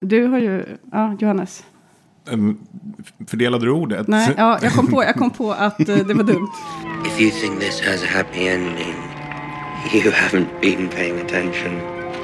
Du har ju... Ja, Johannes. Fördelade du ordet? Nej, ja, jag kom på att det var dumt. If you think this has a happy ending, you haven't been paying attention.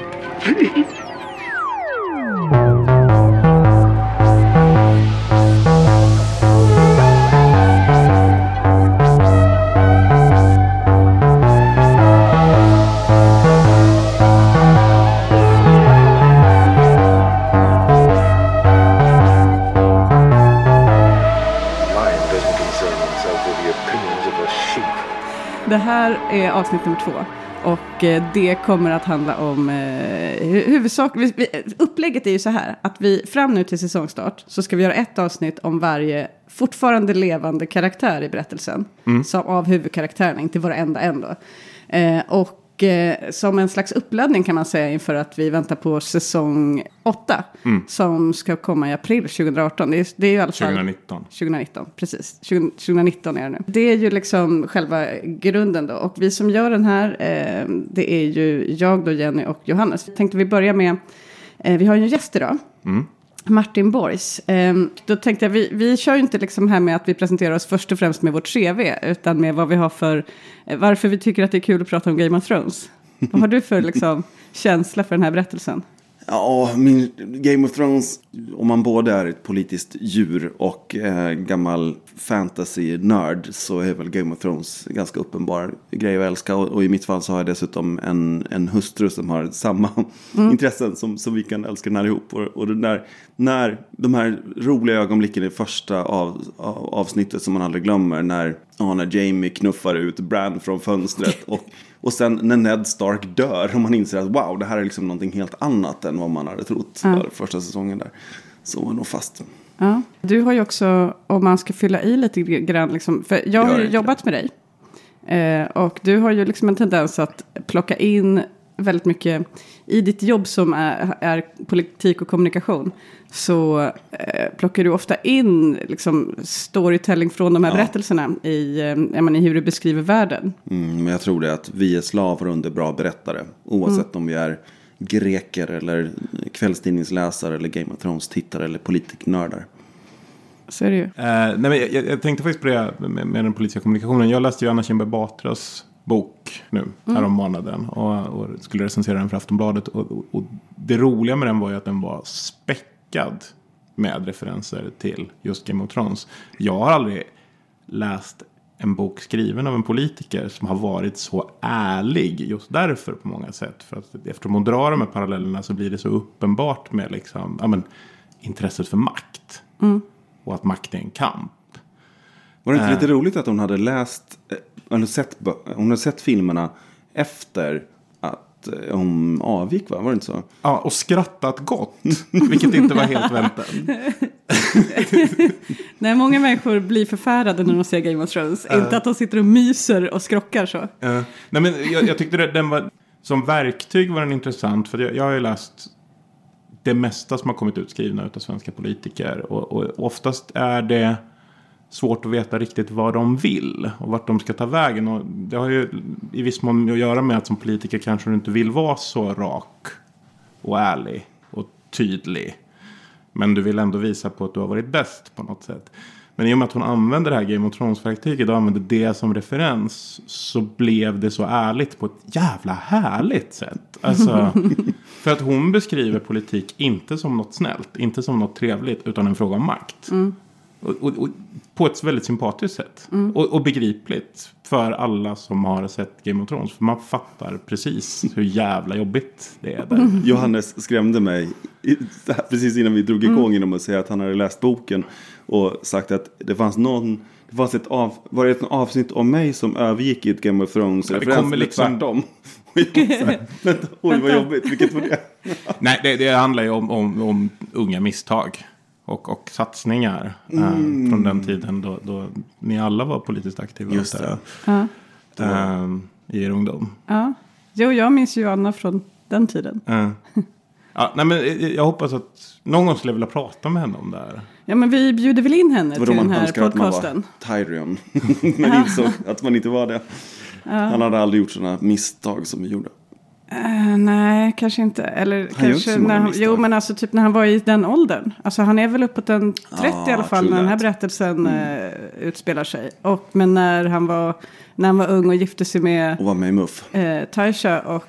Det här är avsnitt nummer 2 och det kommer att handla om huvudsak. Upplägget är ju så här att vi fram nu till säsongstart så ska vi göra ett avsnitt om varje fortfarande levande karaktär i berättelsen. Som av huvudkaraktärerna, inte vara enda ändå. Och som en slags uppladdning kan man säga inför att vi väntar på säsong 8 som ska komma i april 2018. Det är ju i alla fall 2019, precis. 2019 är det nu. Det är ju liksom själva grunden då. Och vi som gör den här, det är ju jag då, Jenny och Johannes. Tänkte vi börja med, vi har ju en gäst idag. Martin Borgs. Då tänkte jag, vi kör ju inte liksom här med att vi presenterar oss först och främst med vårt CV, utan med vad vi har för, varför vi tycker att det är kul att prata om Game of Thrones. Vad har du för liksom känsla för den här berättelsen? Ja, min Game of Thrones, om man både är ett politiskt djur och gammal fantasy-nörd, så är väl Game of Thrones ganska uppenbar grej att älska. Och i mitt fall så har jag dessutom en hustru som har samma intressen som vi kan älska den här ihop. Och det där, när de här roliga ögonblicken i första avsnittet som man aldrig glömmer, när Jamie knuffar ut Bran från fönstret och sen när Ned Stark dör och man inser att wow, det här är liksom någonting helt annat än vad man hade trott för första säsongen där. Så var nog fast. Ja. Du har ju också, om man ska fylla i lite grann, liksom, för jag har ju jobbat med dig. Och du har ju liksom en tendens att plocka in väldigt mycket i ditt jobb som är politik och kommunikation. Så plockar du ofta in liksom storytelling från de här berättelserna i hur du beskriver världen. Men jag tror det att vi är slavar under bra berättare. Oavsett om vi är greker eller kvällstidningsläsare eller Game of Thrones-tittare eller politiknördar. Så är det ju. Nej, men jag tänkte faktiskt på det med den politiska kommunikationen. Jag läste ju Anna Kinberg Batras bok nu, härom månaden. Och skulle recensera den för Aftonbladet. Och det roliga med den var ju att den var späckad med referenser till just Game of Thrones. Jag har aldrig läst en bok skriven av en politiker som har varit så ärlig just därför på många sätt. För att eftersom hon drar de här parallellerna så blir det så uppenbart med liksom, intresset för makt. Och att makt är en kamp. Var det inte lite roligt att hon hade läst hon hade sett filmerna efter att hon avgick, va? Var det inte så? Ja, och skrattat gott. Vilket inte var helt väntat. Nej, många människor blir förfärade när de ser Game of Thrones. Inte att de sitter och myser och skrockar så. Nej, men jag tyckte den var, som verktyg var den intressant. För jag har ju läst det mesta som har kommit ut skrivna utav svenska politiker. Och oftast är det svårt att veta riktigt vad de vill och vart de ska ta vägen. Och det har ju i viss mån att göra med att som politiker kanske du inte vill vara så rak och ärlig och tydlig. Men du vill ändå visa på att du har varit bäst på något sätt. Men i och med att hon använder det här Game of Thrones-verktyget och använder det som referens, så blev det så ärligt på ett jävla härligt sätt. Alltså, för att hon beskriver politik inte som något snällt, inte som något trevligt, utan en fråga om makt. Och på ett väldigt sympatiskt sätt. Och begripligt för alla som har sett Game of Thrones. För man fattar precis hur jävla jobbigt det är där. Johannes skrämde mig precis innan vi drog igång genom att säga att han hade läst boken och sagt att det fanns var det ett avsnitt om mig som övergick i ett Game of Thrones. Ja, det kommer liksom tvärtom. Oj, vad jobbigt. Vilket var det? Nej, det handlar ju om unga misstag. Och satsningar från den tiden då ni alla var politiskt aktiva. Just det. I er ungdom. Ja. Jo, jag minns ju Anna från den tiden. Ja, nej, men jag hoppas att någon gång skulle vilja prata med henne om det här. Ja, men vi bjuder väl in henne till den här podcasten. Att man var Tyrion. Men insåg att man inte var det. Han hade aldrig gjort sådana misstag som vi gjorde. Nej, kanske inte. Eller kanske när han, jo, men alltså typ när han var i den åldern. Alltså han är väl uppåt en 30 i alla fall när den här berättelsen utspelar sig. Men när han var ung och gifte sig med... Och var med i MUF. Taisha och...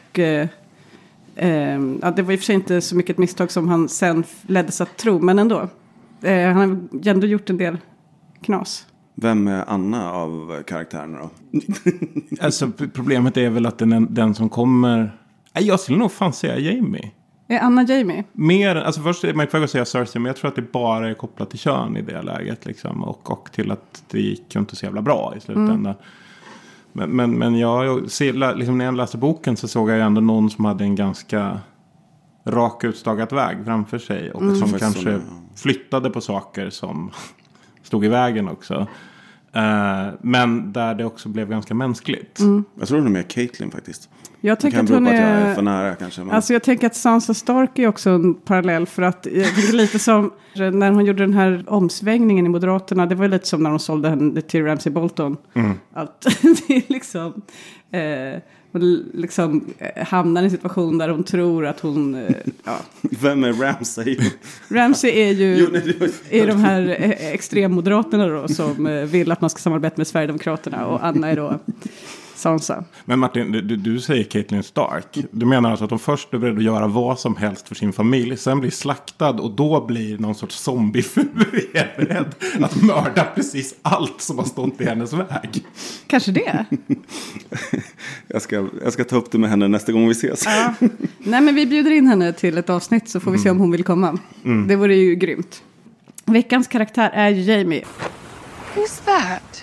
det var i och för sig inte så mycket ett misstag som han sen leddes att tro. Men ändå. Han har ändå gjort en del knas. Vem är Anna av karaktärerna då? Alltså problemet är väl att den som kommer... Jag skulle nog fan säga Jamie. Är Anna Jamie? Mer, alltså först är man kvar säga Cersei, men jag tror att det bara är kopplat till kön i det läget liksom. Och till att det gick inte så jävla bra i slutändan. Men jag ser, liksom när jag läste boken så såg jag ändå någon som hade en ganska rak utstakat väg framför sig. Och som kanske flyttade på saker som stod i vägen också. Men där det också blev ganska mänskligt. Jag tror det är mer Caitlyn faktiskt. Jag tänker att hon är... Jag är för nära kanske. Men... Alltså jag tänker att Sansa Stark är också en parallell. För att det är lite som när hon gjorde den här omsvängningen i Moderaterna. Det var lite som när hon sålde henne till Ramsay Bolton. Att det är liksom... hon liksom hamnar i en situation där hon tror att hon... Vem är Ramsay? Ramsay är ju är de här extremmoderaterna då, som vill att man ska samarbeta med Sverigedemokraterna. Och Anna är då Sansa. Men Martin, du säger Caitlyn Stark. Du menar alltså att de först är beredda att göra vad som helst för sin familj. Sen blir slaktad och då blir någon sorts zombiefurie beredd att mörda precis allt som har stått i hennes väg. Kanske det. Jag ska ta upp det med henne nästa gång vi ses. Ja. Nej, men vi bjuder in henne till ett avsnitt så får vi se om hon vill komma. Det vore ju grymt. Veckans karaktär är Jamie. Who's that?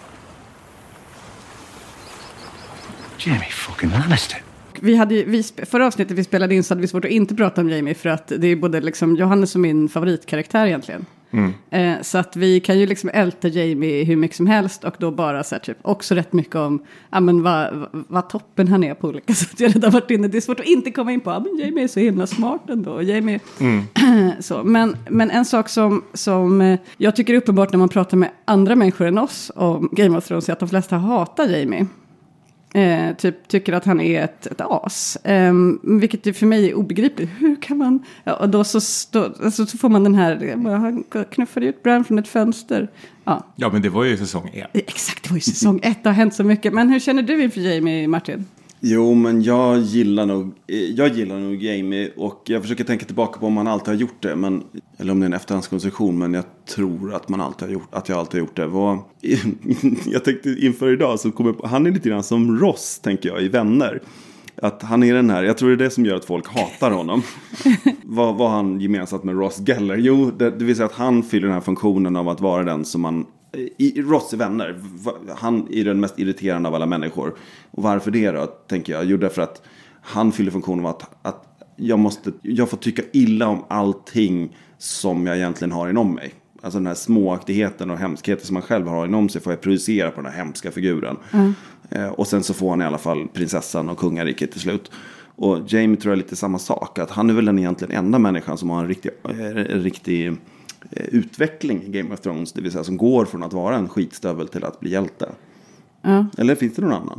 Jamie fucking Lannister. Förra avsnittet vi spelade in så hade vi svårt att inte prata om Jamie. För att det är både liksom Johannes och min favoritkaraktär egentligen. Så att vi kan ju liksom älta Jamie hur mycket som helst. Och då bara så här, typ, också rätt mycket om vad toppen han är på olika sätt. Jag har redan varit inne. Det är svårt att inte komma in på men Jamie är så himla smart ändå. Jamie, så. Men en sak som jag tycker är uppenbart när man pratar med andra människor än oss om Game of Thrones är att de flesta hatar Jamie. Tycker att han är ett as. Vilket för mig är obegripligt. Hur kan man... Ja, och då så får man den här... Han knuffade ut Bran från ett fönster. Ja, men det var ju säsong 1. Exakt, det var ju säsong 1. Det har hänt så mycket. Men hur känner du inför Jamie, Martin? Jo, men jag gillar nog Jamie. Och jag försöker tänka tillbaka på om man alltid har gjort det. Eller om det är en efterhandskonstruktion. Men jag tror att jag alltid har gjort det. Jag tänkte inför idag så kommer han är lite grann som Ross, tänker jag, i Vänner. Att han är den här, jag tror det är det som gör att folk hatar honom. Vad har han gemensamt med Ross Geller? Jo, det vill säga att han fyller den här funktionen av att vara den som man... Ross i Vänner, han är den mest irriterande av alla människor. Och varför det då, tänker jag? Jo, därför att han fyller funktionen av att jag får tycka illa om allting som jag egentligen har inom mig. Alltså den här småaktigheten och hemskheten som man själv har inom sig får jag projicera på den här hemska figuren. Och sen så får han i alla fall prinsessan och kungariket till slut. Och Jamie tror jag är lite samma sak. Att han är väl den egentligen enda människan som har en riktig utveckling i Game of Thrones. Det vill säga som går från att vara en skitstövel till att bli hjälte. Eller finns det någon annan?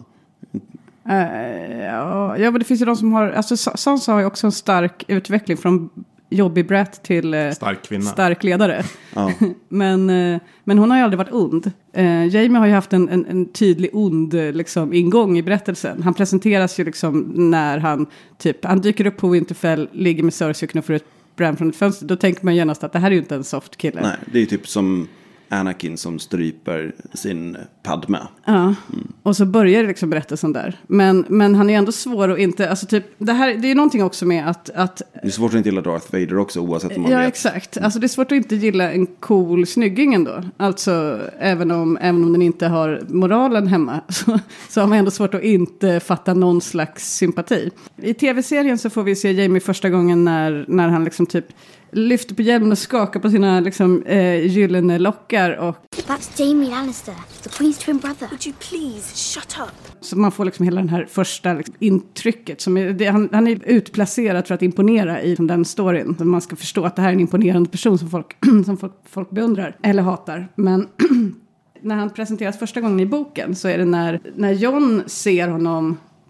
Ja, men det finns ju de som har... Alltså Sansa har ju också en stark utveckling från jobbig brat till stark ledare. Ja. Men hon har ju aldrig varit ond. Jamie har ju haft en tydlig ond liksom, ingång i berättelsen. Han presenteras ju liksom när han dyker upp på Winterfell, ligger med Cersei och knuffar ut Bran från ett fönster. Då tänker man genast att det här är ju inte en soft kille. Nej, det är ju typ som Anakin som stryper sin Padme. Ja, och så börjar det liksom berättelsen där. Men han är ändå svår att inte... Alltså typ, det är ju någonting också med att... Det är svårt att inte gilla Darth Vader också, oavsett om man vet. Ja, exakt. Alltså det är svårt att inte gilla en cool snygging ändå. Alltså, även om den inte har moralen hemma så har man ändå svårt att inte fatta någon slags sympati. I tv-serien så får vi se Jamie första gången när han liksom typ lyfter på hjälmen och skakar på sina liksom, gyllene lockar. Och That's Jamie Lannister, the Queen's twin brother. Would you please shut up? Så man får liksom hela den här första liksom, intrycket. Han är utplacerad för att imponera i den storyn. Man ska förstå att det här är en imponerande person som folk beundrar eller hatar. Men när han presenteras första gången i boken så är det när Jon ser honom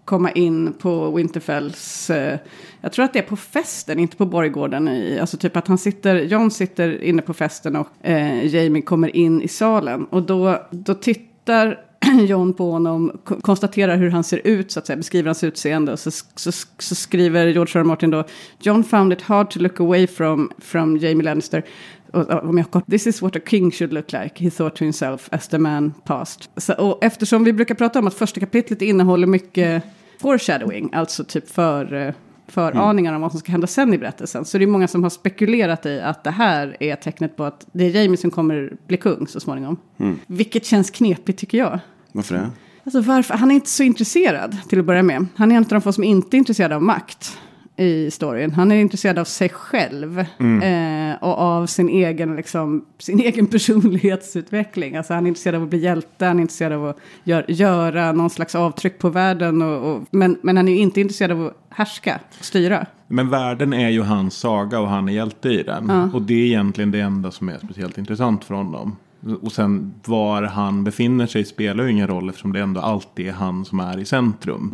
komma in på Winterfells, jag tror att det är på festen, inte på borggården. Alltså typ att Jon sitter inne på festen och Jamie kommer in i salen. Och då tittar Jon på honom, konstaterar hur han ser ut, så att säga, beskriver hans utseende. Och så skriver George R. R. Martin då: Jon found it hard to look away from Jamie Lannister. This is what a king should look like, he thought to himself as the man passed. Och eftersom vi brukar prata om att första kapitlet innehåller mycket foreshadowing, alltså typ föraningar om vad som ska hända sen i berättelsen, så det är många som har spekulerat i att det här är tecknet på att det är Jamie som kommer bli kung så småningom. Vilket känns knepigt, tycker jag. Varför det? Alltså varför? Han är inte så intresserad till att börja med. Han är en av de få som inte är intresserad av makt i storyn. Han är intresserad av sig själv och av sin egen personlighetsutveckling. Alltså han är intresserad av att bli hjälte, han är intresserad av att göra någon slags avtryck på världen. Men han är ju inte intresserad av att härska, styra. Men världen är ju hans saga och han är hjälte i den. Ja. Och det är egentligen det enda som är speciellt intressant för honom. Och sen var han befinner sig spelar ju ingen roll, eftersom det ändå alltid är han som är i centrum.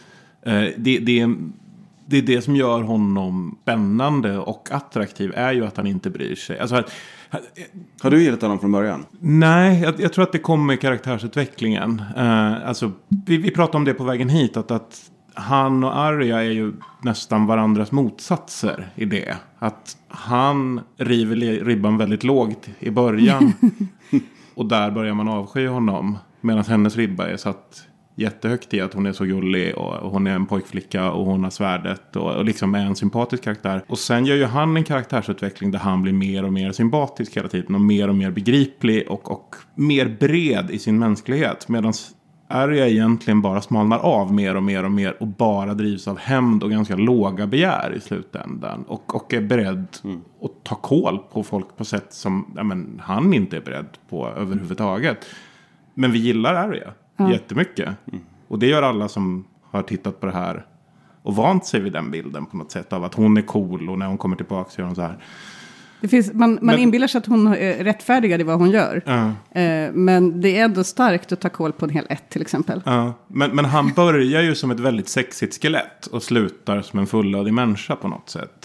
Det är det som gör honom spännande och attraktiv, är ju att han inte bryr sig. Alltså, har du gillat honom från början? Nej, jag tror att det kommer i karaktärsutvecklingen. Alltså, vi pratade om det på vägen hit, att han och Arya är ju nästan varandras motsatser i det. Att han river ribban väldigt lågt i början och där börjar man avsky honom. Medan hennes ribba är satt jättehögt i att hon är så gullig och hon är en pojkflicka och hon har svärdet och liksom är en sympatisk karaktär. Och sen gör ju han en karaktärsutveckling där han blir mer och mer sympatisk hela tiden och mer begriplig och mer bred i sin mänsklighet. Medan Arya egentligen bara smalnar av mer och bara drivs av hämnd och ganska låga begär i slutändan. Och är beredd att ta kål på folk på sätt som han inte är beredd på överhuvudtaget. Men vi gillar Arya jättemycket. Och det gör alla som har tittat på det här och vant sig vid den bilden på något sätt av att hon är cool och när hon kommer tillbaka så gör hon så här. Det finns, man inbillar sig att hon är rättfärdigad i vad hon gör. Men det är ändå starkt att ta koll på en hel ett till exempel. Men han börjar ju som ett väldigt sexigt skelett och slutar som en fullödig människa på något sätt.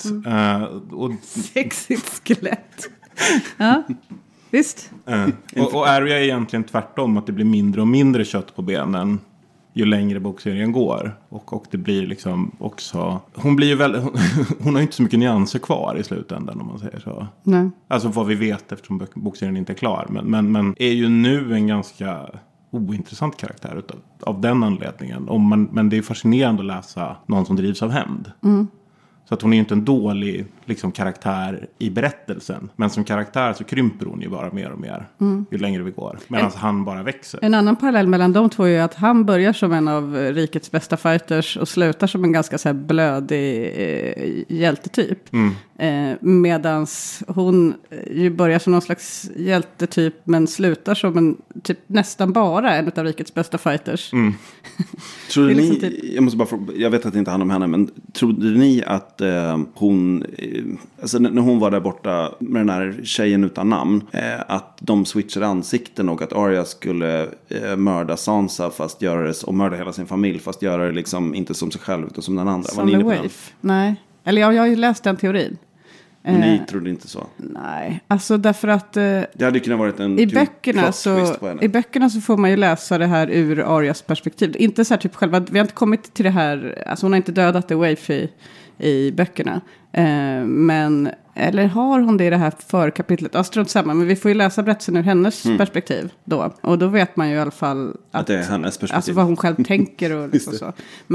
Sexigt skelett. Ja, visst. Och Arya är egentligen tvärtom, att det blir mindre och mindre kött på benen ju längre bokserien går. Och det blir liksom också... Hon blir ju hon har ju inte så mycket nyanser kvar i slutändan, om man säger så. Nej. Alltså vad vi vet, eftersom bokserien inte är klar. Men är ju nu en ganska ointressant karaktär av den anledningen. Men det är fascinerande att läsa någon som drivs av hämnd. Så att hon är ju inte en dålig karaktär i berättelsen. Men som karaktär så krymper hon ju bara mer och mer ju längre vi går. Medan han bara växer. En annan parallell mellan de två är att han börjar som en av rikets bästa fighters och slutar som en ganska så här blödig hjältetyp. Medans hon ju börjar som någon slags hjältetyp men slutar som en typ nästan bara en av rikets bästa fighters. Tror ni, jag vet att det inte handlar om henne, men trodde ni att hon, alltså när hon var där borta med den här tjejen utan namn, att de switchade ansikten och att Arya skulle mörda Sansa fast göra det, och mörda hela sin familj fast göra det liksom inte som sig själv utan som den andra? Som en waif? Nej. Eller jag har ju läst den teorin. Men ni trodde inte så? Nej, alltså därför att det hade kunnat varit en i böckerna så får man ju läsa det här ur Aryas perspektiv. Inte så här typ själva, vi har inte kommit till det här, alltså hon har inte dödat The Waif i böckerna. Men, eller har hon det i det här förkapitlet? Ja, strunt samma, men vi får ju läsa berättelsen ur hennes perspektiv då. Och då vet man ju i alla fall att det är hennes perspektiv. Alltså vad hon själv tänker och liksom så.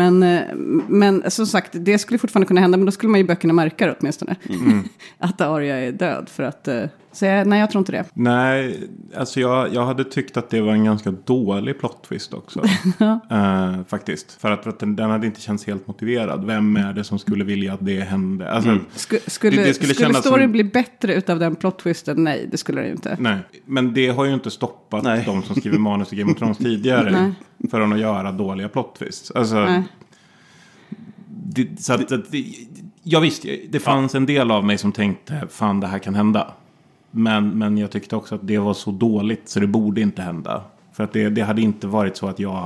Men som sagt, det skulle fortfarande kunna hända, men då skulle man ju i böckerna märka det åtminstone. Att Arya är död för att... nej, jag tror inte det. Nej, alltså jag hade tyckt att det var en ganska dålig plot twist också. Faktiskt. För att den hade inte känts helt motiverad. Vem är det som skulle vilja att det hände? Alltså, skulle storyn bli bättre utav den plot twisten? Nej, det skulle det inte. Nej, men det har ju inte stoppat de som skriver manus i Game of Thrones tidigare för att göra dåliga plot twists. Alltså, jag visste, det fanns en del av mig som tänkte, fan det här kan hända. Men jag tyckte också att det var så dåligt så det borde inte hända. För att det hade inte varit så att jag hade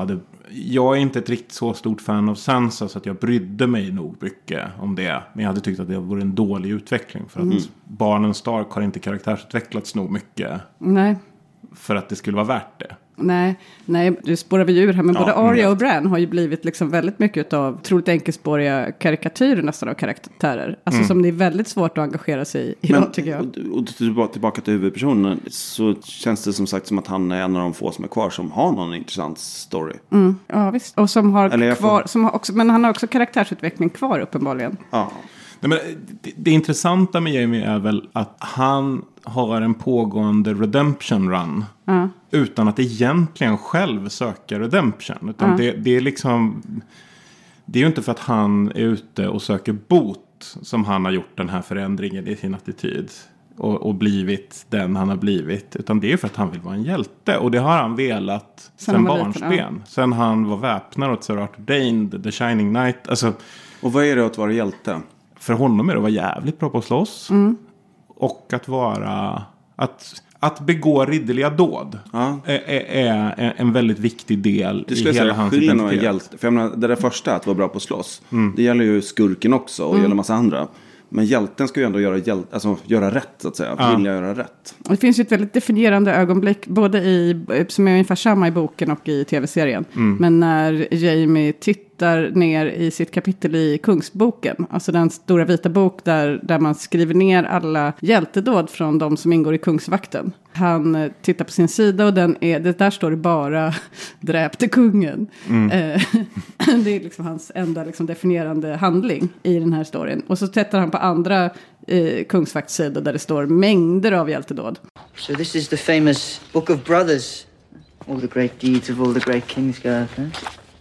Jag är inte ett riktigt så stort fan av Sansa så att jag brydde mig nog mycket om det. Men jag hade tyckt att det vore en dålig utveckling. För att barnen Stark har inte karaktärsutvecklats nog mycket. Nej. För att det skulle vara värt det. Nej, det spårar vi ur här. Men både Arya och Bran har ju blivit liksom väldigt mycket av otroligt enkelspåriga karikatyrer nästan av karaktärer. Alltså som det är väldigt svårt att engagera sig i idag, tycker jag. Och tillbaka till huvudpersonen, så känns det som sagt som att han är en av de få som är kvar som har någon intressant story. Ja, visst. Och som har kvar, men han har också karaktärsutveckling kvar uppenbarligen. Ja. Nej, men det intressanta med Jamie är väl att han har en pågående redemption run. Utan att egentligen själv söka redemption. Utan det är liksom... Det är ju inte för att han är ute och söker bot som han har gjort den här förändringen i sin attityd. Och blivit den han har blivit. Utan det är för att han vill vara en hjälte. Och det har han velat sen barnsben. Sen han var väpnad åt Sir Arthur Dane, The Shining Knight. Alltså, och vad är det att vara hjälte? För honom är det att vara jävligt bra på att slåss. Och att vara... Att begå ridderliga dåd är en väldigt viktig del i hela hans identitet. Hjälte. För jag menar, det där första, att vara bra på att slåss, det gäller ju skurken också och gäller massa andra. Men hjälten ska ju ändå göra rätt, så att säga. Vilja göra rätt. Det finns ju ett väldigt definierande ögonblick, både som är ungefär samma i boken och i tv-serien. Men när Jamie tittar ner i sitt kapitel i Kungsboken, alltså den stora vita bok där man skriver ner alla hjältedåd från de som ingår i Kungsvakten. Han tittar på sin sida och där står det bara dräpte kungen. Det är liksom hans enda liksom definierande handling i den här storyn. Och så tittar han på andra Kungsvaktssida där det står mängder av hjältedåd. So this is the famous Book of Brothers. All the great deeds of all the great kings go out there.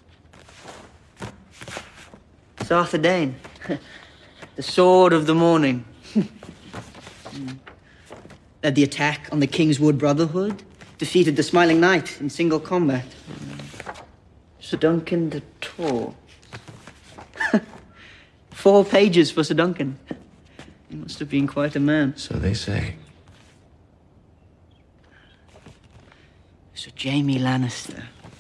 It's Arthur Dane. The sword of the morning. Led the attack on the Kingswood Brotherhood. Defeated the Smiling Knight in single combat. Sir Duncan the Tall. 4 pages for Sir Duncan. He must have been quite a man. So they say. Sir Jamie Lannister.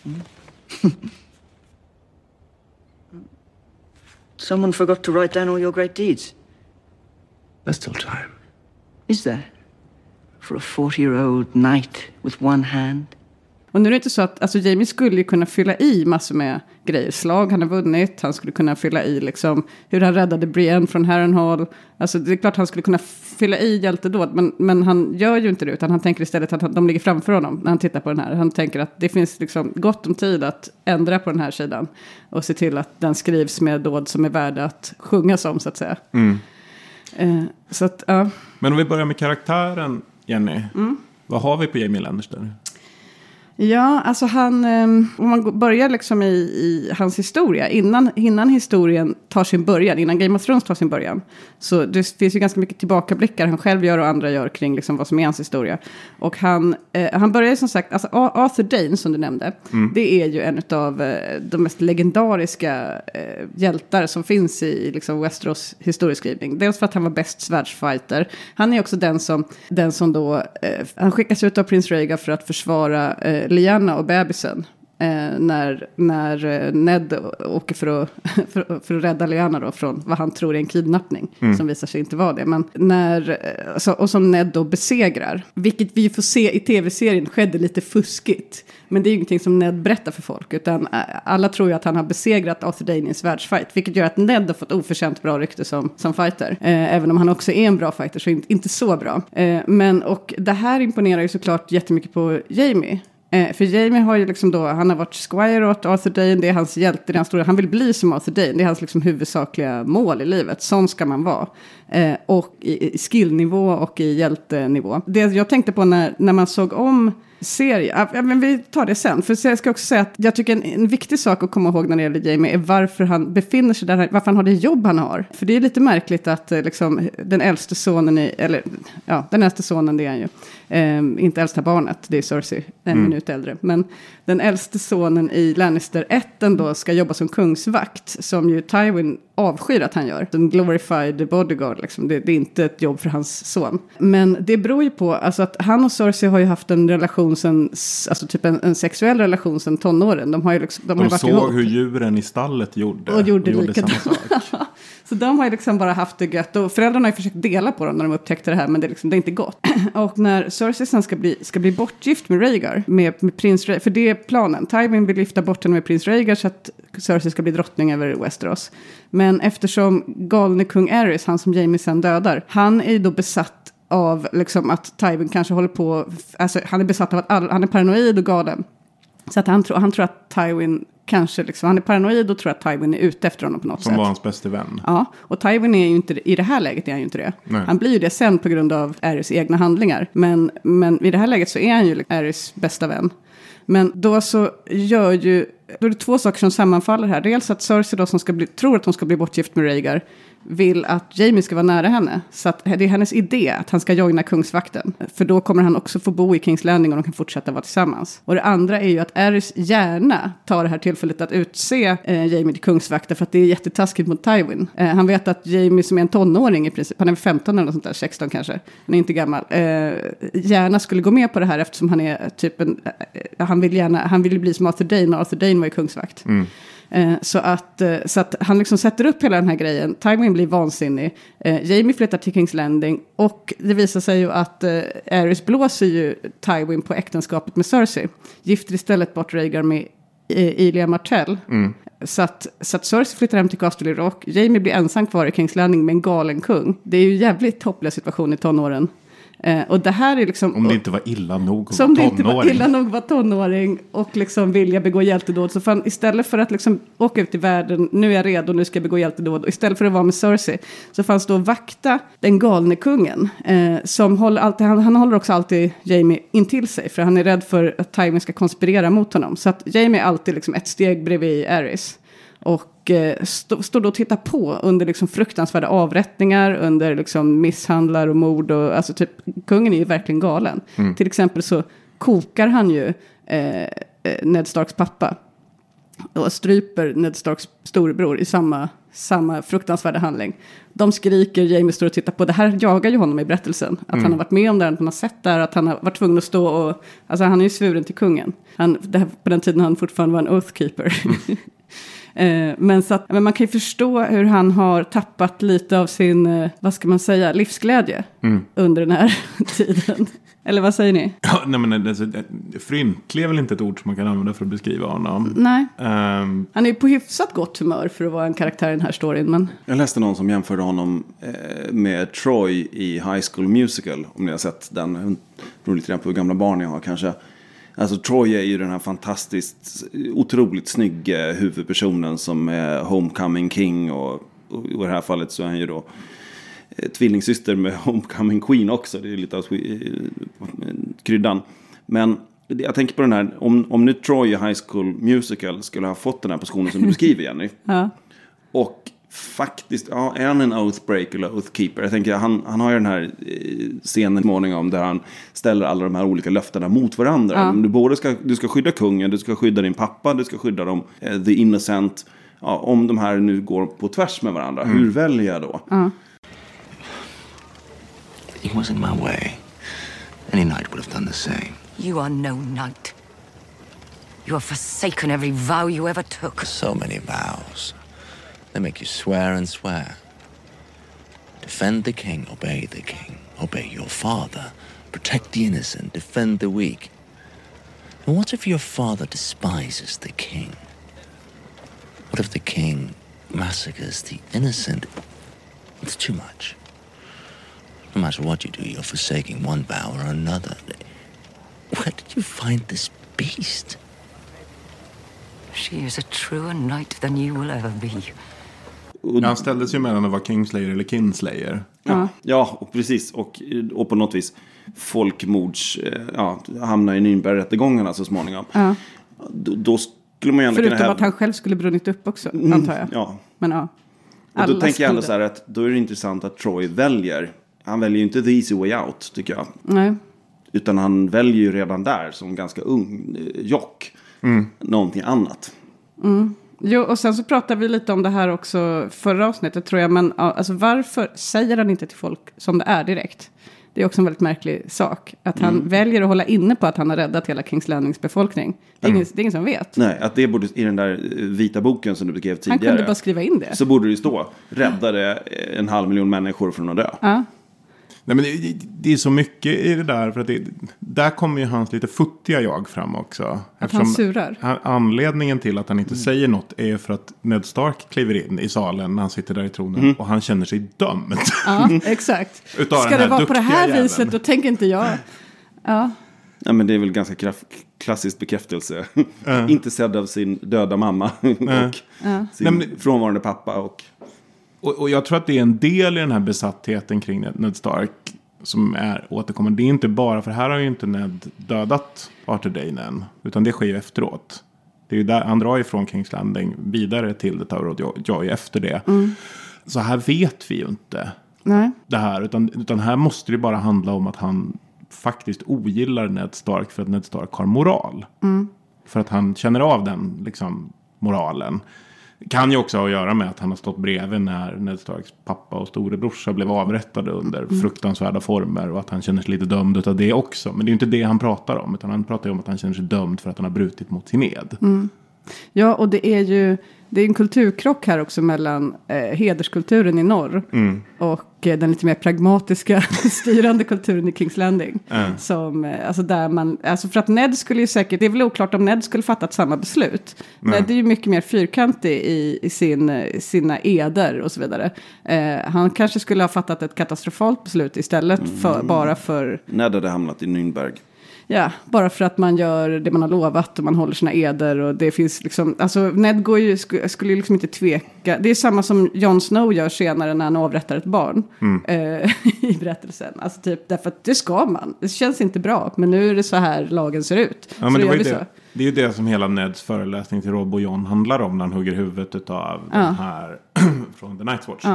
Someone forgot to write down all your great deeds. There's still time. Is there? For a 40-year-old knight with one hand? Och nu är det inte så att alltså Jamie skulle ju kunna fylla i massor med grejer. Slag han har vunnit. Han skulle kunna fylla i liksom hur han räddade Brienne från Harrenhal. Alltså det är klart han skulle kunna fylla i hjältedåd. Men han gör ju inte det. Utan han tänker istället att de ligger framför honom när han tittar på den här. Han tänker att det finns liksom gott om tid att ändra på den här sidan. Och se till att den skrivs med dåd som är värda att sjungas om, så att säga. Så att, ja. Men om vi börjar med karaktären, Jenny. Vad har vi på Jamie Lannister? Ja, alltså om man börjar liksom i hans historia, innan historien tar sin början, innan Game of Thrones tar sin början, så det finns ju ganska mycket tillbakablickar han själv gör och andra gör kring liksom vad som är hans historia. Och han börjar ju som sagt, alltså Arthur Dane som du nämnde, det är ju en av de mest legendariska hjältar som finns i liksom Westeros historieskrivning. Dels för att han var bäst svärdsfighter. Han är också den som då, han skickas ut av prins Rhaegar för att försvara Lyanna och bebisen när Ned åker för att rädda Lyanna då från vad han tror är en kidnappning som visar sig inte vara det. Men och som Ned då besegrar, vilket vi får se i tv-serien skedde lite fuskigt. Men det är ju ingenting som Ned berättar för folk, utan alla tror ju att han har besegrat Arthur Dane i en svärdsfight, vilket gör att Ned har fått oförtjänt bra rykte som fighter. Även om han också är en bra fighter, så inte så bra. Och det här imponerar ju såklart jättemycket på Jamie. För Jamie har ju liksom då, han har varit squire åt Arthur Dane, det är hans hjälte, det är hans stora, han vill bli som Arthur Dane, det är hans liksom huvudsakliga mål i livet, sån ska man vara. Och i skillnivå och i hjältenivå. Det jag tänkte på när man såg om serie, men vi tar det sen, för jag ska också säga att jag tycker en viktig sak att komma ihåg när det gäller Jamie är varför han befinner sig där, varför han har det jobb han har. För det är lite märkligt att liksom, den äldste sonen den äldste sonen, det är han ju inte äldsta barnet, det är Cersei, en minut äldre, men den äldste sonen i Lannister-ätten då ska jobba som kungsvakt, som ju Tywin avskyr att han gör. En glorified bodyguard liksom. Det är inte ett jobb för hans son. Men det beror ju på alltså att han och Cersei har ju haft en relation relation sen, alltså typ en sexuell relation sen tonåren. De har ju liksom, de har varit såg ihop. Hur djuren i stallet gjorde. Och gjorde samma sak. Så de har ju liksom bara haft det gött. Och föräldrarna har ju försökt dela på dem när de upptäckte det här. Men det är inte gått. Och när Cersei sen ska bli bortgift med Rhaegar. Med prins Rhaegar. För det är planen. Tywin vill lyfta bort henne med prins Rhaegar. Så att Cersei ska bli drottning över Westeros. Men eftersom galne kung Aerys, han som Jaime sen dödar. Han är ju då besatt av liksom att Tywin kanske håller på. Alltså han är besatt av att han är paranoid och galen. Så att han tror att Tywin kanske liksom, han är paranoid och tror att Tywin är ute efter honom på något sätt. Som var hans bästa vän. Ja, och Tywin är ju inte, i det här läget är han ju inte det. Nej. Han blir ju det sen på grund av Aerys egna handlingar. Men i det här läget så är han ju Aerys bästa vän. Men då så då är det två saker som sammanfaller här. Dels att Cersei då som tror att hon ska bli bortgift med Rhaegar vill att Jaime ska vara nära henne. Så att det är hennes idé att han ska joina kungsvakten. För då kommer han också få bo i Kings Landing och de kan fortsätta vara tillsammans. Och det andra är ju att Aerys gärna tar det här tillfället att utse Jaime till kungsvakten för att det är jättetaskigt mot Tywin. Han vet att Jaime som är en tonåring i princip, han är 15 eller något sånt där, 16 kanske, han är inte gammal, gärna skulle gå med på det här eftersom han är typ han vill bli som Arthur Dayne och Arthur Dayne var ju kungsvakt. Så att han liksom sätter upp hela den här grejen. Tywin blir vansinnig. Jaime flyttar till Kings Landing. Och det visar sig ju att Aerys blåser ju Tywin på äktenskapet med Cersei. Gifter istället bort Rhaegar med Elia Martell. Så att Cersei flyttar hem till Castle Rock. Jaime blir ensam kvar i Kings Landing med en galen kung. Det är ju en jävligt hopplös situation i tonåren. Och det här är liksom, om det inte var illa nog att vara tonåring. Som det inte var illa nog att vara tonåring och liksom vilja begå hjältedåd. Så fan, istället för att liksom åka ut i världen, nu är jag redo, nu ska jag begå hjältedåd. Och istället för att vara med Cersei så fanns då vakta den galne kungen. Som han håller också alltid Jaime in till sig. För han är rädd för att Tywin ska konspirera mot honom. Så att Jaime är alltid liksom ett steg bredvid Aerys. Och står då och tittar på under liksom fruktansvärda avrättningar, under liksom misshandlar och mord. Och, alltså typ, kungen är ju verkligen galen. Till exempel så kokar han ju Ned Starks pappa. Och stryper Ned Starks storebror i samma fruktansvärda handling. De skriker, Jaime står och tittar på. Det här jagar ju honom i berättelsen. Att han har varit med om det, att han har sett det, att han har varit tvungen att stå och... Alltså han är ju svuren till kungen. På den tiden han fortfarande var en oathkeeper. Men man kan ju förstå hur han har tappat lite av sin, vad ska man säga, livsglädje under den här tiden. Eller vad säger ni? Ja, nej, men alltså, fryntlig är väl inte ett ord som man kan använda för att beskriva honom. Nej. Han är ju på hyfsat gott humör för att vara en karaktär i den här storyn. Men... Jag läste någon som jämförde honom med Troy i High School Musical. Om ni har sett den. Jag beror lite grann på hur gamla barn jag har kanske. Alltså Troy är ju den här fantastiskt, otroligt snygga huvudpersonen som är Homecoming King. Och i det här fallet så är han ju då tvillingsyster med Homecoming Queen också. Det är lite av kryddan. Men jag tänker på den här, om nu Troy i High School Musical skulle ha fått den här positionen som du beskriver, Jenny. Ja. Och faktiskt, ja, är han en oathbreaker eller oathkeeper? Jag tänker, han har ju den här scenen småningom där han ställer alla de här olika löftena mot varandra. Ja. Du ska skydda kungen, du ska skydda din pappa, du ska skydda dem, the innocent. Ja, om de här nu går på tvärs med varandra, hur väljer jag då? He wasn't my way. Any knight would have done the same. You are no knight. You have forsaken every vow you ever took. So many vows. They make you swear and swear. Defend the king, obey the king. Obey your father. Protect the innocent, defend the weak. And what if your father despises the king? What if the king massacres the innocent? It's too much. No matter what you do, you're forsaking one vow or another. Where did you find this beast? She is a truer knight than you will ever be. Han ställdes ju mellan att vara Kingslayer eller Kinslayer. Ja, och precis. Och på något vis folkmords, hamnar i Nürnberg-rättegångarna så småningom. Ja. Då skulle man gärna förutom att han själv skulle brunnit upp också, antar jag. Ja. Men ja. Och då tänker jag ändå så här att då är det intressant att Troy han väljer ju inte the easy way out, tycker jag. Nej. Utan han väljer ju redan där som ganska ung jock någonting annat. Jo, och sen så pratade vi lite om det här också förra avsnittet, tror jag. Men alltså, varför säger han inte till folk som det är direkt? Det är också en väldigt märklig sak. Att han väljer att hålla inne på att han har räddat hela Kings Landings befolkning. Det är ingen som vet. Nej, att det borde i den där vita boken som du beskrev tidigare. Han kunde bara skriva in det. Så borde det ju stå. Räddade 500 000 människor från att dö. Ja. Nej, men det är så mycket i det där. För att där kommer ju hans lite futtiga jag fram också. Att han surar. Anledningen till att han inte säger något är för att Ned Stark kliver in i salen när han sitter där i tronen. Och han känner sig dömd. Ja, exakt. Ska det vara på det här viset, då tänker inte jag. Ja. Ja, men det är väl ganska klassisk bekräftelse. Inte sedd av sin döda mamma. Och sin frånvarande pappa. Och jag tror att det är en del i den här besattheten kring Ned Stark som är återkommande. Det är inte bara, för här har ju inte Ned dödat Arthur Dayne än, utan det sker ju efteråt. Det är ju där, han drar ju från Kings Landing vidare till The Tower of Joy efter det. Så här vet vi ju inte det här, utan här måste det bara handla om att han faktiskt ogillar Ned Stark för att Ned Stark har moral. För att han känner av den liksom, moralen. Kan ju också ha att göra med att han har stått bredvid när Ned Starks pappa och storebrorsa blev avrättade under fruktansvärda former. Och att han känner sig lite dömd av det också. Men det är ju inte det han pratar om. Utan han pratar ju om att han känner sig dömd för att han har brutit mot sin ed. Ja, och det är en kulturkrock här också mellan hederskulturen i norr och den lite mer pragmatiska styrande kulturen i Kings Landing. Som, alltså där man, alltså för att Ned skulle ju säkert, det är väl oklart om Ned skulle fattat samma beslut. Ned är ju mycket mer fyrkantig i sina eder och så vidare. Han kanske skulle ha fattat ett katastrofalt beslut istället bara för... Ned hade hamnat i Nürnberg. Ja, bara för att man gör det man har lovat och man håller sina eder och det finns liksom, alltså Ned går ju, skulle ju liksom inte tveka. Det är samma som Jon Snow gör senare när han avrättar ett barn i berättelsen. Alltså typ, därför att det ska man. Det känns inte bra, men nu är det så här lagen ser ut. Ja, men det, var ju det är ju det som hela Neds föreläsning till Robb och Jon handlar om när han hugger huvudet av den här från The Night's Watch.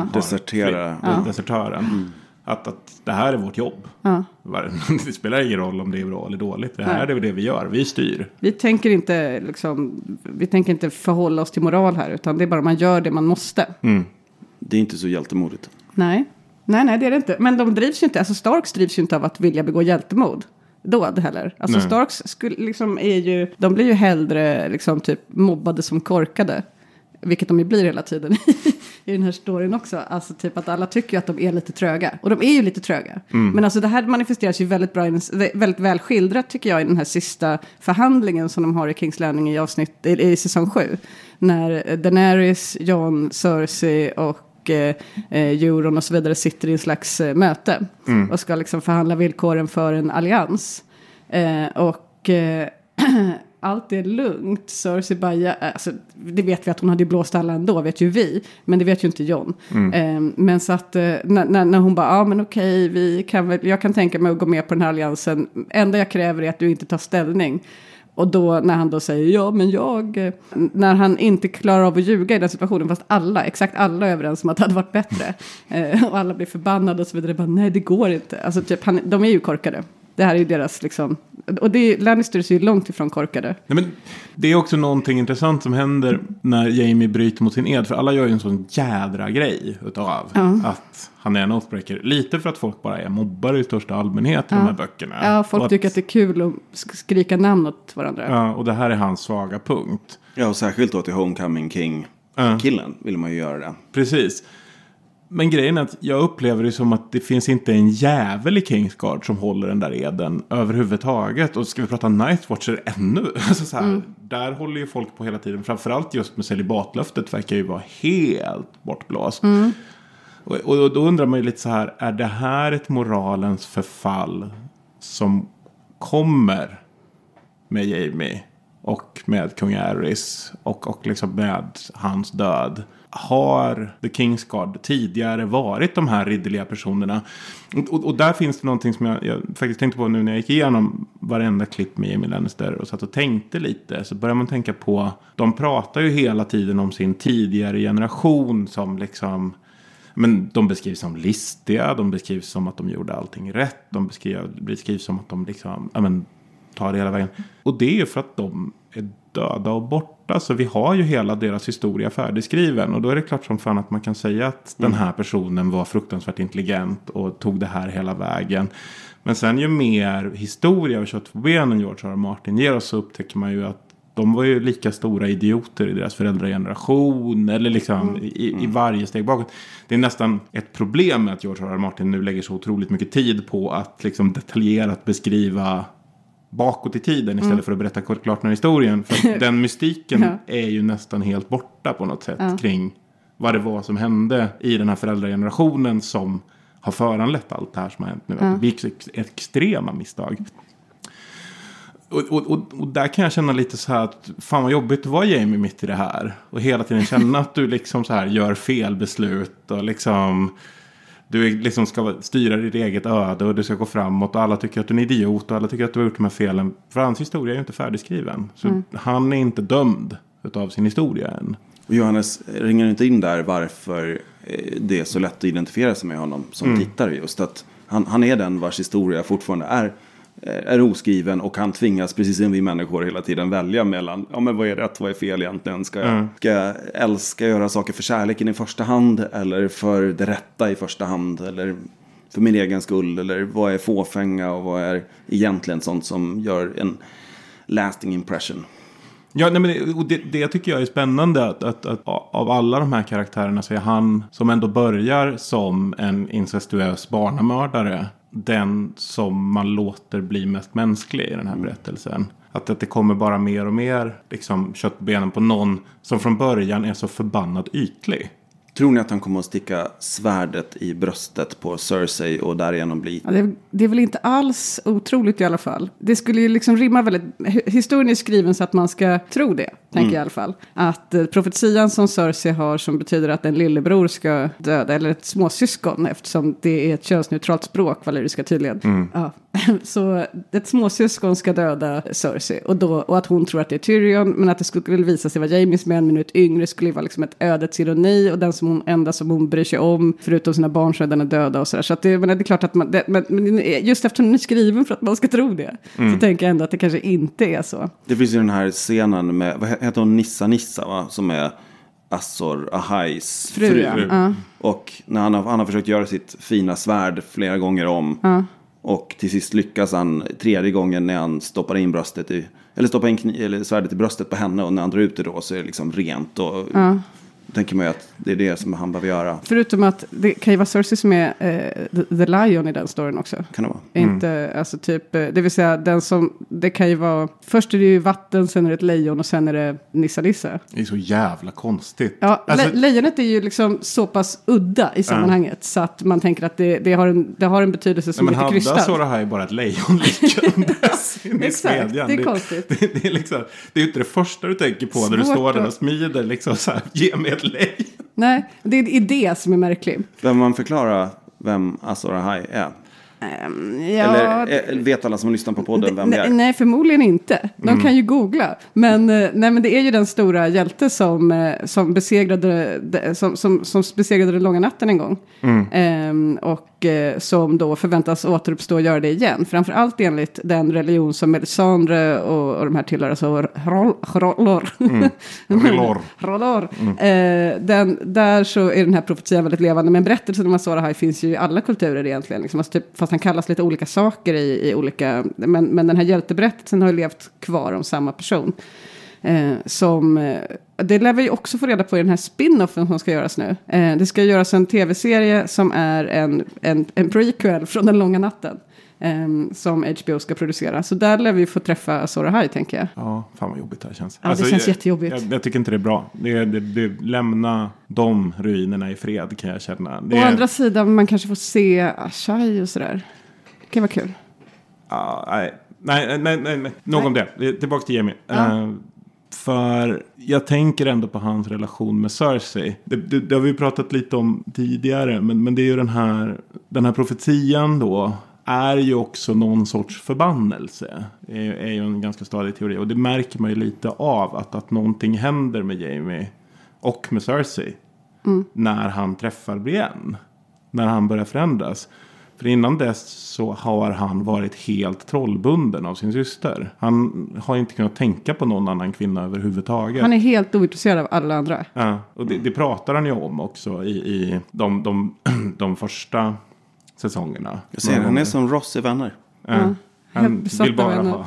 Desertören. Att det här är vårt jobb. Det spelar ingen roll om det är bra eller dåligt. Det här är det vi gör. Vi styr. Vi tänker inte förhålla oss till moral här. Utan det är bara man gör det man måste. Det är inte så hjältemodigt. Nej, det är det inte. Men de drivs ju inte. Alltså Starks drivs ju inte av att vilja begå hjältemod. Dåd heller. Alltså Starks de blir ju hellre liksom typ mobbade som korkade. Vilket de ju blir hela tiden i den här storyn också. Alltså typ att alla tycker ju att de är lite tröga. Och de är ju lite tröga. Men alltså det här manifesteras ju väldigt bra, väldigt väl skildrat tycker jag i den här sista förhandlingen som de har i Kings Landing i säsong 7. När Daenerys, Jon, Cersei och Euron och så vidare sitter i en slags möte. Och ska liksom förhandla villkoren för en allians. Allt är lugnt. Cersei bara, alltså, det vet vi att hon hade blåst alla ändå, vet ju vi. Men det vet ju inte Jon. Men så att när hon bara, men okej, jag kan tänka mig att gå med på den här alliansen. Enda jag kräver är att du inte tar ställning. Och då när han då säger, när han inte klarar av att ljuga i den situationen, fast exakt alla är överens om att det hade varit bättre. Och alla blir förbannade och så vidare. Bara, nej, det går inte. Alltså typ, de är ju korkade. Det här är ju deras liksom... Och Lannisters är ju långt ifrån korkade. Nej, men det är också någonting intressant som händer när Jaime bryter mot sin ed. För alla gör ju en sån jädra grej utav att han är en oathbreaker. Lite för att folk bara är mobbare i största allmänhet i de här böckerna. Ja, folk tycker att det är kul att skrika namn åt varandra. Ja, och det här är hans svaga punkt. Ja, och särskilt då till Homecoming King-killen vill man ju göra det. Precis. Men grejen är att jag upplever det som att det finns inte en jävel i Kingsguard som håller den där eden överhuvudtaget. Och ska vi prata Nightwatcher ännu? Alltså så här, där håller ju folk på hela tiden. Framförallt just med celibatlöftet verkar ju vara helt bortblåst. Och då undrar man ju lite så här, är det här ett moralens förfall som kommer med Jaime och med kung Aerys och liksom med hans död? Har The Kingsguard tidigare varit de här ridderliga personerna? Och där finns det någonting som jag faktiskt tänkte på nu när jag gick igenom varenda klipp med Jaime Lannister och satt och tänkte lite. Så börjar man tänka på, de pratar ju hela tiden om sin tidigare generation som liksom... Men de beskrivs som listiga, de beskrivs som att de gjorde allting rätt. De beskrivs som att de liksom... tar det hela vägen. Och det är ju för att de är döda och borta. Så vi har ju hela deras historia färdigskriven. Och då är det klart som fan att man kan säga att den här personen var fruktansvärt intelligent och tog det här hela vägen. Men sen ju mer historia och kött på benen George R. Martin ger oss, så upptäcker man ju att de var ju lika stora idioter i deras föräldrageneration eller liksom i varje steg bakåt. Det är nästan ett problem med att George R. Martin nu lägger så otroligt mycket tid på att liksom detaljerat beskriva bakåt i tiden istället för att berätta klart den här historien. För den mystiken är ju nästan helt borta på något sätt kring vad det var som hände i den här föräldragenerationen som har föranlett allt det här som har hänt nu. Det gick extrema misstag. Och där kan jag känna lite så här att fan vad jobbigt att vara Jamie mitt i det här. Och hela tiden känna att du liksom så här gör fel beslut och liksom du liksom ska styra ditt eget öde och du ska gå framåt och alla tycker att du är en idiot och alla tycker att du har gjort de här felen. För hans historia är ju inte färdigskriven. Så han är inte dömd utav sin historia än. Och Johannes, ringer inte in där varför det är så lätt att identifiera sig med honom som tittare, just att han är den vars historia fortfarande är oskriven och han tvingas, precis som vi människor, hela tiden välja mellan men vad är rätt, vad är fel egentligen? Ska jag älska, göra saker för kärleken i första hand eller för det rätta i första hand eller för min egen skull, eller vad är fåfänga och vad är egentligen sånt som gör en lasting impression? Ja, nej, men det tycker jag är spännande att av alla de här karaktärerna så är han som ändå börjar som en incestuös barnamördare den som man låter bli mest mänsklig i den här berättelsen. Att det kommer bara mer och mer liksom köttbenen på någon som från början är så förbannat ytlig. Tror ni att han kommer att sticka svärdet i bröstet på Cersei och därigenom bli... Ja, det är väl inte alls otroligt i alla fall. Det skulle ju liksom rimma väldigt... Historien är skriven så att man ska tro det, tänker jag i alla fall. Att profetian som Cersei har som betyder att en lillebror ska döda, eller ett småsyskon, eftersom det är ett könsneutralt språk, valeriska tydligen. Ja. Så ett småsyskon ska döda Cersei. Och att hon tror att det är Tyrion, men att det skulle visa sig vara Jaime som är 1 minut yngre skulle vara liksom ett ödets ironi och den enda som hon bryr sig om förutom sina barn så är den är döda och sådär. Så att det är klart att man, men just eftersom den är skriven för att man ska tro det så tänker jag ändå att det kanske inte är så. Det finns ju den här scenen med, vad heter hon, Nissa va? Som är Azor Ahais fru. Och när han har försökt göra sitt fina svärd flera gånger om och till sist lyckas han 3:e gången när han stoppar in bröstet eller svärdet i bröstet på henne, och när han drar ut det då så är det liksom rent och tänker man ju att det är det som han behöver göra. Förutom att det kan ju vara Cersei som är the lion i den storyn också. Kan det vara? Inte, alltså typ, det vill säga den som, det kan ju vara, först är det ju vatten, sen är det ett lejon och sen är det Nissa. Det är så jävla konstigt. Ja, alltså, lejonet är ju liksom så pass udda i sammanhanget så att man tänker att det har en betydelse som inte krystar. Men Hadda så här är bara ett lejon lyckandes in i smedjan. Det är konstigt. Det är liksom, det är inte det första du tänker på när du står där och smider liksom så här, ge mig ett lejon. Nej, det är det som är märkligt. Vem man förklara vem Azor Ahai är? Eller vet alla som lyssnar på podden vem det är? Nej, förmodligen inte. De kan ju googla. Men det är ju den stora hjälte som besegrade den långa natten en gång. Och som då förväntas återuppstå och göra det igen. Framförallt enligt den religion som Melisandre och de här tillhör, alltså R'hllor. Där så är den här profetian väldigt levande. Men berättelsen om Azor Ahai finns ju i alla kulturer egentligen. Liksom. Alltså typ, fast han kallas lite olika saker i olika... Men den här hjälteberättelsen har ju levt kvar om samma person. Det lär vi också få reda på i den här spin-offen som ska göras nu. Det ska göras en tv-serie som är en prequel från Den långa natten. Som HBO ska producera. Så där lär vi få träffa Azor Ahai, tänker jag. Ja, fan vad jobbigt det här känns. Ja, alltså, det känns jättejobbigt. Jag tycker inte det är bra. Det lämna de ruinerna i fred, kan jag känna. Å andra sidan, man kanske får se Ashai och sådär. Det kan vara kul. Nej. Nog om det. Tillbaka till Jamie. För jag tänker ändå på hans relation med Cersei. Det har vi pratat lite om tidigare. Men det är ju den här profetian då. Är ju också någon sorts förbannelse. Är ju en ganska stadig teori. Och det märker man ju lite av. Att någonting händer med Jamie och med Cersei. När han träffar Brienne. När han börjar förändras. För innan dess så har han varit helt trollbunden av sin syster. Han har inte kunnat tänka på någon annan kvinna överhuvudtaget. Han är helt ointresserad av alla andra. Ja, och det pratar han ju om också i de första säsongerna. Jag ser, han är som Ross i Vänner. Ja. Han vill bara ha...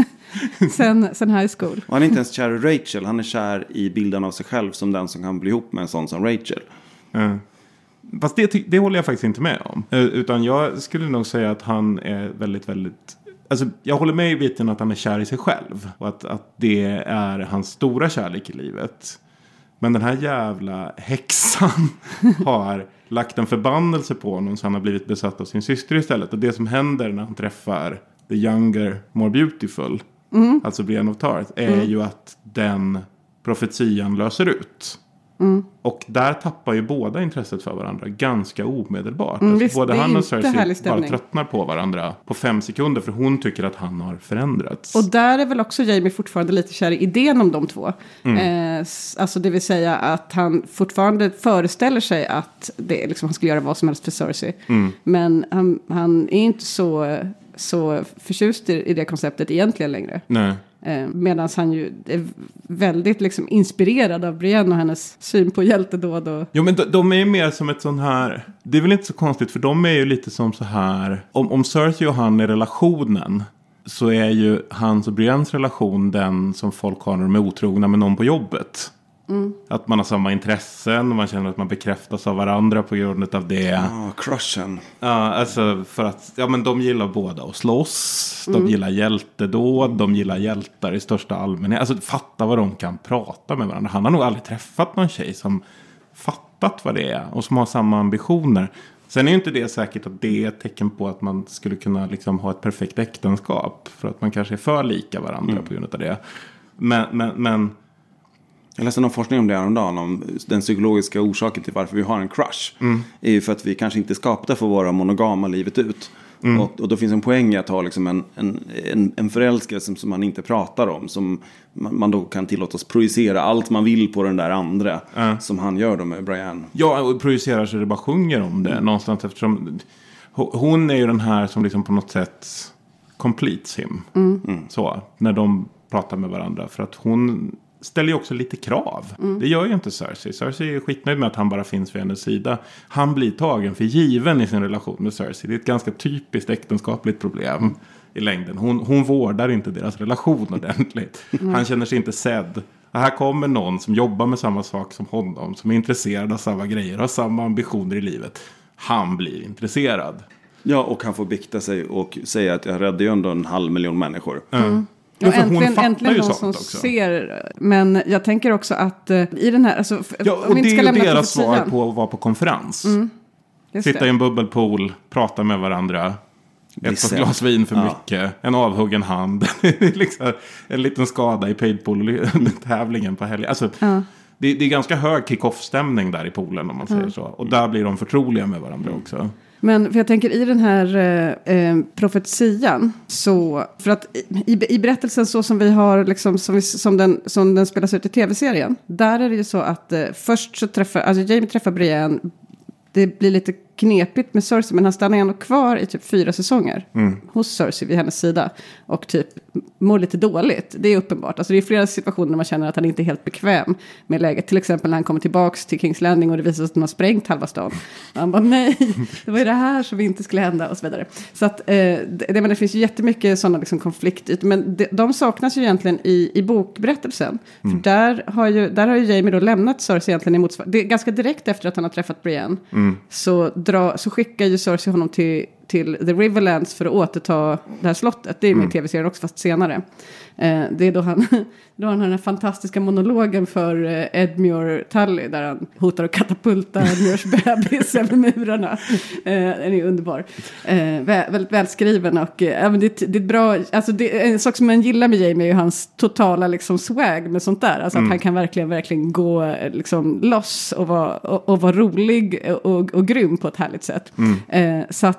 sen high school. Och han är inte ens kär i Rachel. Han är kär i bilden av sig själv som den som kan bli ihop med en sån som Rachel. Ja. Fast det håller jag faktiskt inte med om. Utan jag skulle nog säga att han är väldigt, väldigt... Alltså, jag håller med i biten att han är kär i sig själv. Och att det är hans stora kärlek i livet. Men den här jävla häxan har lagt en förbannelse på honom så han har blivit besatt av sin syster istället. Och det som händer när han träffar The Younger, More Beautiful, alltså Brienne of Tarth, är ju att den profetian löser ut. Och där tappar ju båda intresset för varandra ganska omedelbart. Alltså visst, både han och Cersei bara stämning. tröttnar på varandra på 5 sekunder för hon tycker att han har förändrats. Och där är väl också Jaime fortfarande lite kär i idén om de två. Alltså det vill säga att han fortfarande föreställer sig att det, liksom, han skulle göra vad som helst för Cersei. Men han är inte så förtjust i det konceptet egentligen längre. Nej. Medan han ju är väldigt liksom inspirerad av Brienne och hennes syn på hjältedåd. Och... Jo, men de är ju mer som ett sån här... Det är väl inte så konstigt, för de är ju lite som så här... Om Cersei och han är relationen, så är ju hans och Briennes relation den som folk har när de är otrogna med någon på jobbet. Att man har samma intressen och man känner att man bekräftas av varandra på grund av det. Crushen. Ja, alltså för att men de gillar båda att slåss. De gillar hjältedåd. De gillar hjältar i största allmänhet. Alltså fatta vad de kan prata med varandra. Han har nog aldrig träffat någon tjej som fattat vad det är och som har samma ambitioner. Sen är ju inte det säkert att det är ett tecken på att man skulle kunna liksom ha ett perfekt äktenskap. För att man kanske är för lika varandra på grund av det. Men jag läste någon forskning om det häromdagen, om den psykologiska orsaken till varför vi har en crush. Är ju för att vi kanske inte är skapta för att vara monogama livet ut. Och då finns en poäng i att ha liksom en förälskelse som man inte pratar om. Som man då kan tillåtas projicera allt man vill på den där andra. Som han gör då med Brienne. Ja, och projicerar så det bara sjunger om det någonstans, eftersom hon är ju den här som liksom på något sätt completes him. Så, när de pratar med varandra. För att hon ställer ju också lite krav. Det gör ju inte Cersei. Cersei är skitnöjd med att han bara finns vid hennes sida. Han blir tagen för given i sin relation med Cersei. Det är ett ganska typiskt äktenskapligt problem i längden. Hon vårdar inte deras relation ordentligt. Han känner sig inte sedd. Här kommer någon som jobbar med samma sak som honom. Som är intresserad av samma grejer. Har samma ambitioner i livet. Han blir intresserad. Ja, och han får bikta sig och säga att jag räddade ju ändå 500 000 människor. Ja, äntligen någon som också ser. Men jag tänker också att i den här... Alltså, och det är ju deras svar på att vara på konferens. Sitta i en bubbelpool, prata med varandra. Ett glas vin för mycket. En avhuggen hand. Liksom en liten skada i paintball-tävlingen på helgen. Alltså, det är ganska hög kick-off-stämning där i poolen, om man säger så. Och där blir de förtroliga med varandra också. Men för jag tänker i den här profetian, så för att i berättelsen så som vi har liksom, som den spelas ut i tv-serien, där är det ju så att först så Jaime träffar Brienne, det blir lite knepigt med Cersei, men han stannar ändå kvar i typ 4 säsonger hos Cersei vid hennes sida och typ mår lite dåligt. Det är uppenbart. Alltså det är flera situationer där man känner att han inte är helt bekväm med läget. Till exempel när han kommer tillbaks till King's Landing och det visar sig att han har sprängt halva stan. Och han bara, nej, det var ju det här som inte skulle hända och så vidare. Så att det finns ju jättemycket sådana liksom konfliktytor. Men de saknas ju egentligen i bokberättelsen. För där har ju Jaime då lämnat Cersei egentligen emot. Det är ganska direkt efter att han har träffat Brienne. Så skickar ju Cersei honom till The Riverlands för att återta det här slottet. Det är med i tv-serien också, fast senare. Det är då han har den här fantastiska monologen för Edmure Tully, där han hotar att katapulta Edmures bebis över murarna. Den är underbar. Väldigt välskriven och men det är bra. Alltså det är en sak som man gillar med Jaime är ju hans totala liksom swag med sånt där. Alltså att han kan verkligen gå liksom loss och vara rolig och grym på ett härligt sätt.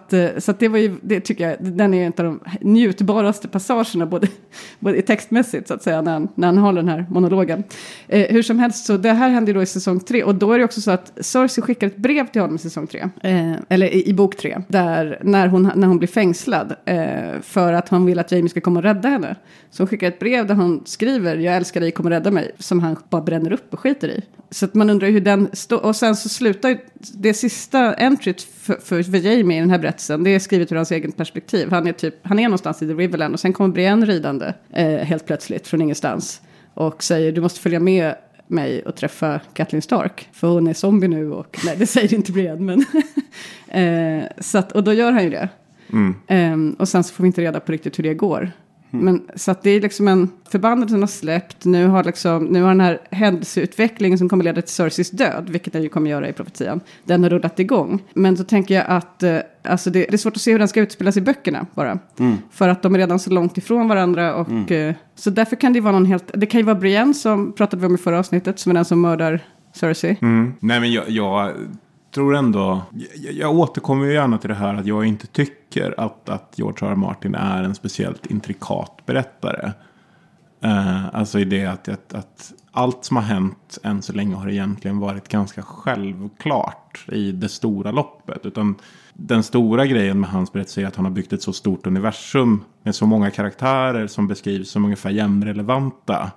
Så att det tycker jag, den är en av de njutbaraste passagerna både i textmässigt så att säga när han håller den här monologen. Hur som helst, så det här händer då i säsong 3 och då är det också så att Cersei skickar ett brev till honom i säsong 3 eller i bok 3 där när hon blir fängslad för att hon vill att Jaime ska komma och rädda henne. Så hon skickar ett brev där hon skriver jag älskar dig, kommer rädda mig, som han bara bränner upp och skiter i. Så att man undrar hur den och sen så slutar ju det sista entryt för Jaime i den här berättelsen, det är skrivet ur hans egen perspektiv. Han är någonstans i The Riverland och sen kommer Brienne ridande helt plötsligt från ingenstans och säger du måste följa med mig och träffa Catelyn Stark för hon är zombie nu och nej det säger inte Brienne men så att, och då gör han ju det. Och sen så får vi inte reda på riktigt hur det går. Men så att det är liksom en förbannelse har släppt. Nu har den här händelseutvecklingen som kommer leda till Cerseis död, vilket den ju kommer göra i profetian, den har rullat igång. Men så tänker jag att alltså det är svårt att se hur den ska utspelas i böckerna bara. För att de är redan så långt ifrån varandra och så därför kan det vara det kan ju vara Brienne som pratade vi om i förra avsnittet som är den som mördar Cersei. Nej men jag tror ändå, jag återkommer ju gärna till det här att jag inte tycker att George R. R. Martin är en speciellt intrikat berättare. Alltså i det att allt som har hänt än så länge har egentligen varit ganska självklart i det stora loppet. Utan den stora grejen med hans berättelse är att han har byggt ett så stort universum med så många karaktärer som beskrivs som ungefär jämrelevanta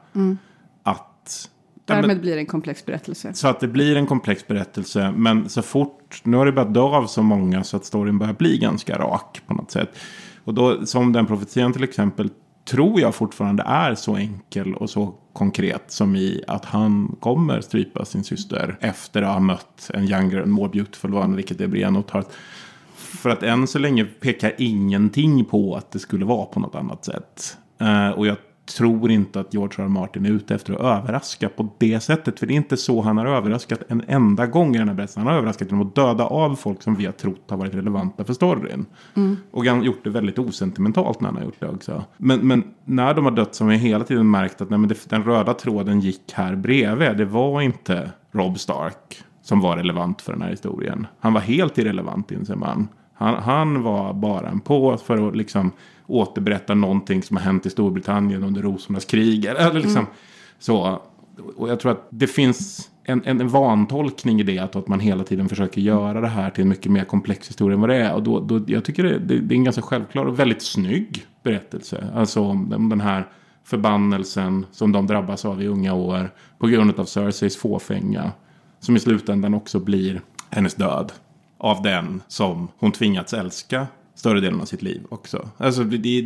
att därmed blir det en komplex berättelse. Så att det blir en komplex berättelse. Men så fort, nu har det börjat dö av så många så att storyn börjar bli ganska rak på något sätt. Och då, som den profetian till exempel, tror jag fortfarande är så enkel och så konkret som i att han kommer strypa sin syster efter att ha mött en younger and more beautiful one, vilket är Brienne och tar. För att än så länge pekar ingenting på att det skulle vara på något annat sätt. Och jag tror inte att George R. R. Martin är ute efter att överraska på det sättet. För det är inte så han har överraskat en enda gång i den här berättelsen. Han har överraskat genom att döda av folk som vi har trott har varit relevanta för storyn. Och han har gjort det väldigt osentimentalt när han har gjort det också. Men när de har dött så har jag hela tiden märkt att den röda tråden gick här bredvid. Det var inte Robb Stark som var relevant för den här historien. Han var helt irrelevant, inser man. Han var bara en pås för att liksom återberätta någonting som har hänt i Storbritannien under rosornas krig. Eller liksom så. Och jag tror att det finns en vantolkning i det. Att man hela tiden försöker göra det här till en mycket mer komplex historia än vad det är. Och då jag tycker det är en ganska självklar och väldigt snygg berättelse. Alltså om den här förbannelsen som de drabbas av i unga år. På grund av Cerseis fåfänga. Som i slutändan också blir hennes död. Av den som hon tvingats älska större delen av sitt liv också. Alltså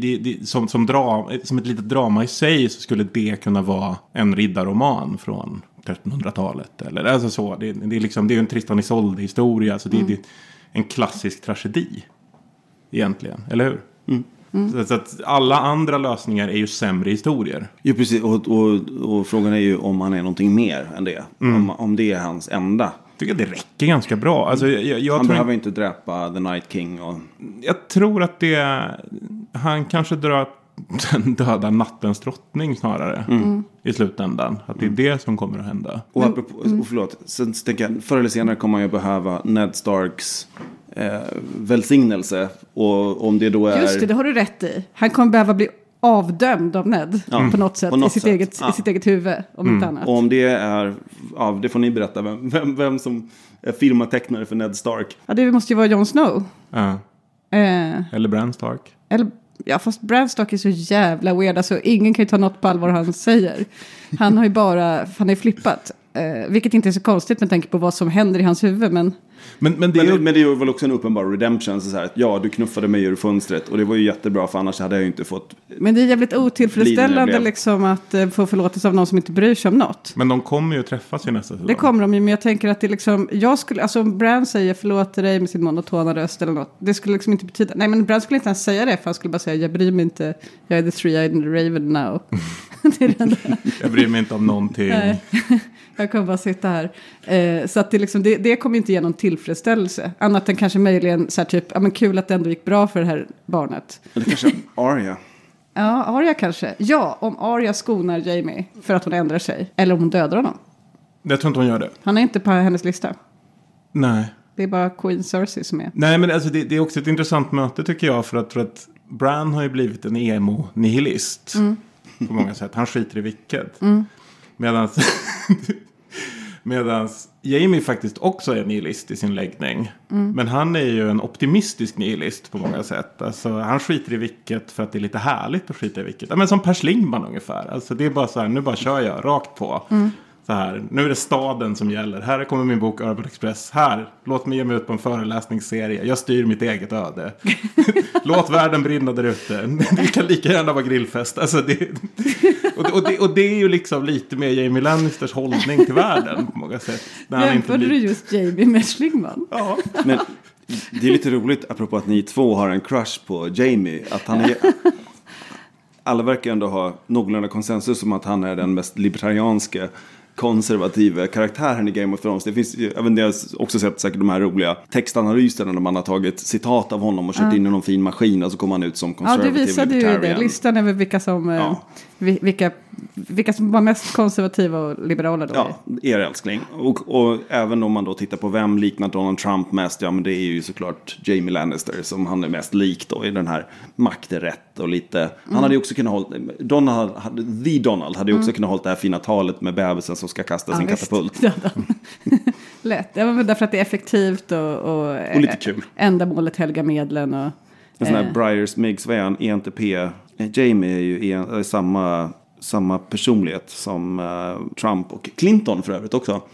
som ett litet drama i sig så skulle det kunna vara en riddarroman från 1300-talet. Eller alltså så. Det är ju en Tristan Isolde-historia. Alltså det är en klassisk tragedi egentligen. Eller hur? Så att alla andra lösningar är ju sämre historier. Jo, precis. Och frågan är ju om han är någonting mer än det. Om det är hans enda. Jag tycker att det räcker ganska bra. Alltså, han behöver inte dräpa The Night King. Jag tror att han kanske drar den döda nattens drottning snarare i slutändan. Att det är det som kommer att hända. Och förlåt, sen tänker jag, förr eller senare kommer man ju behöva Ned Starks välsignelse. Och om det då är... Just det har du rätt i. Han kommer behöva bli avdömd av Ned på något sätt, i sitt eget huvud, om inte annat. Och om det är, det får ni berätta, vem som är firmatecknare för Ned Stark. Ja, det måste ju vara Jon Snow. Eller Bran Stark. Fast Bran Stark är så jävla weird, alltså ingen kan ju ta något på allvar han säger. Han har ju han är flippat. Vilket inte är så konstigt med tanke på vad som händer i hans huvud, men det är väl också en uppenbar redemption så här, att du knuffade mig ur fönstret och det var ju jättebra för annars hade jag ju inte fått. Men det är jävligt otillfredsställande liksom att få förlåtelse av någon som inte bryr sig om något. Men de kommer ju träffas i nästa säsong. Det kommer de ju, men jag tänker att det liksom om Bran säger förlåt dig med sin monotona röst eller något, det skulle liksom inte betyda, nej men Bran skulle inte ens säga det, för han skulle bara säga jag bryr mig inte, jag är the three-eyed raven now. Det är det enda. Jag bryr mig inte om någonting. Nej. Jag kommer bara sitta här. Så att det kommer inte ge någon tillfredsställelse. Annat än kanske möjligen så här typ, men kul att det ändå gick bra för det här barnet. Eller kanske Arya. Ja, Arya kanske. Ja, om Arya skonar Jaime för att hon ändrar sig. Eller om hon dödar honom. Jag tror inte hon gör det. Han är inte på hennes lista. Nej. Det är bara Queen Cersei som är. Nej, men alltså det är också ett intressant möte tycker jag. För att Bran har ju blivit en emo-nihilist. På många sätt. Han skiter i vilket. Medans Jaime faktiskt också är nihilist i sin läggning. Men han är ju en optimistisk nihilist på många sätt. Alltså, han skiter i vilket för att det är lite härligt att skita i vilket. Ja, men som Per Schlingmann ungefär. Alltså, det är bara så här, nu bara kör jag rakt på. Så här, nu är det staden som gäller. Här kommer min bok Urban Express. Här, låt mig ge mig ut på en föreläsningsserie. Jag styr mitt eget öde. Låt världen brinna där ute. Det kan lika gärna vara grillfest. Alltså och det är ju liksom lite mer Jamie Lannisters hållning till världen på många sätt. Jämförde du just Jamie med Schlingmann? Ja. Men det är lite roligt apropå att ni två har en crush på Jamie. Att han är... Alla verkar ändå ha någorlunda konsensus om att han är den mest libertarianska konservativa karaktären i Game of Thrones. Det finns, även jag har också sett säkert de här roliga textanalyserna när man har tagit citat av honom och kört in i någon fin maskin och så kommer han ut som konservativ libertarian. Ja, det visade ju det. Listan över vilka som var mest konservativa och liberala då. Ja, er älskling. Och även om man då tittar på vem liknar Donald Trump mest, ja men det är ju såklart Jamie Lannister som han är mest lik då i den här makträtt och lite. Han hade ju också kunnat hålla, Donald hade ju också kunnat hålla det här fina talet med bebisen som ska kasta sin katapult. Lätt, ja, men därför att det är effektivt och lite kul. Ändamålet helga medlen och en sån här Briars Miggs, vad är han? ENTP. Jamie är ju samma personlighet som Trump och Clinton för övrigt också.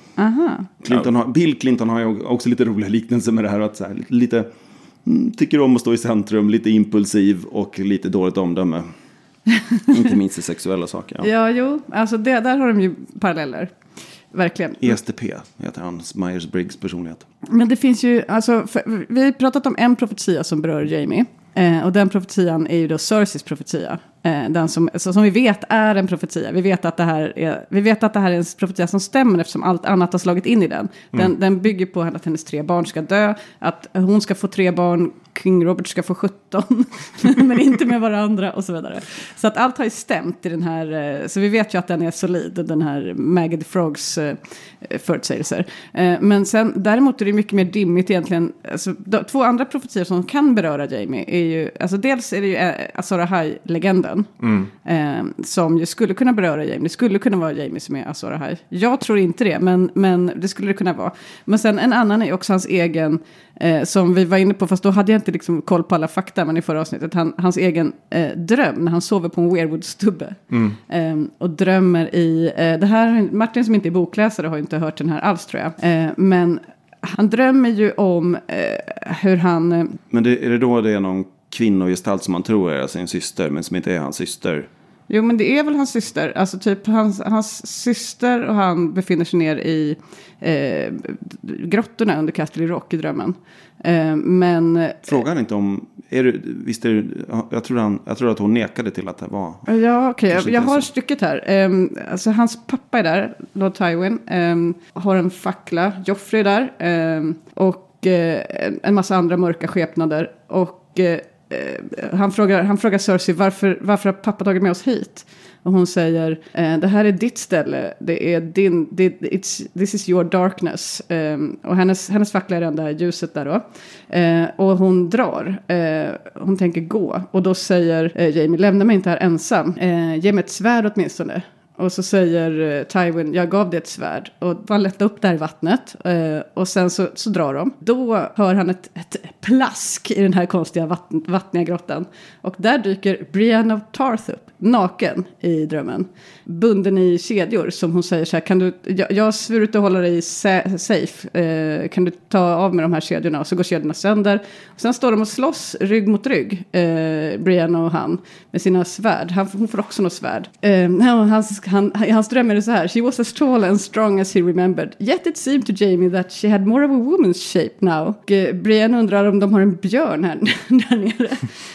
Bill Clinton har ju också lite roliga liknelser med det här att så här, lite tycker om att stå i centrum, lite impulsiv och lite dåligt omdöme. Inte minst i sexuella saker. Ja, jo, alltså där har de ju paralleller. Verkligen. ESTP heter hans Myers-Briggs personlighet. Men det finns ju, alltså, vi har pratat om en profetia som berör Jamie. Och den profetian är ju då Cerseis profetia. Den som vi vet är en profetia. Vi vet att det här är en profetia som stämmer eftersom allt annat har slagit in i den. Den bygger på att hennes 3 barn ska dö. Att hon ska få 3 barn. King Robert ska få 17. Men inte med varandra och så vidare. Så att allt har ju stämt i den här. Så vi vet ju att den är solid. Den här Maggie the Frogs förutsägelser. Men sen däremot är det mycket mer dimmigt egentligen. Alltså, 2 andra profetier som kan beröra Jamie är ju. Alltså dels är det ju Azor Ahai-legenden. Som ju skulle kunna beröra Jamie. Det skulle kunna vara Jamie som är Azor Ahai. Jag tror inte det, men det skulle det kunna vara. Men sen en annan är också hans egen, som vi var inne på, fast då hade jag inte liksom koll på alla fakta, men i förra avsnittet, hans egen dröm när han sover på en weirwood-stubbe. Och drömmer i, det här, Martin som inte är bokläsare har ju inte hört den här alls tror jag. Men han drömmer ju om hur han... Men är det då det är någon kvinnogestalt som man tror är sin syster, men som inte är hans syster? Jo, men det är väl hans syster. Alltså typ hans syster och han befinner sig ner i grottorna under Castle Rock i drömmen. Men... Frågan inte om... jag tror att hon nekade till att det var... Ja, okej. Jag har stycket här. Alltså hans pappa är där, Lord Tywin. Har en fackla. Joffrey är där. Och en massa andra mörka skepnader. Och... Han frågar Cersei varför har pappa tagit med oss hit? Och hon säger det här är ditt ställe. Det är this is your darkness. Och hennes fackla är den där ljuset där då. Och hon drar. Hon tänker gå. Och då säger Jamie, lämna mig inte här ensam. Ge mig ett svärd åtminstone. Och så säger Tywin, jag gav det ett svärd. Och han lättar upp där i vattnet. Och sen så drar de. Då hör han ett plask i den här konstiga vattniga grottan. Och där dyker Brienne of Tarth upp. Naken i drömmen. Bunden i kedjor. Som hon säger så här, kan du, jag svur ut att hålla dig safe. Kan du ta av med de här kedjorna? Och så går kedjorna sönder. Och sen står de och slåss rygg mot rygg. Brienne och han. Med sina svärd. Hon får också något svärd. Hans dröm är det så här. She was as tall and strong as he remembered. Yet it seemed to Jamie that she had more of a woman's shape now. Och Brienne undrar om de har en björn här där nere.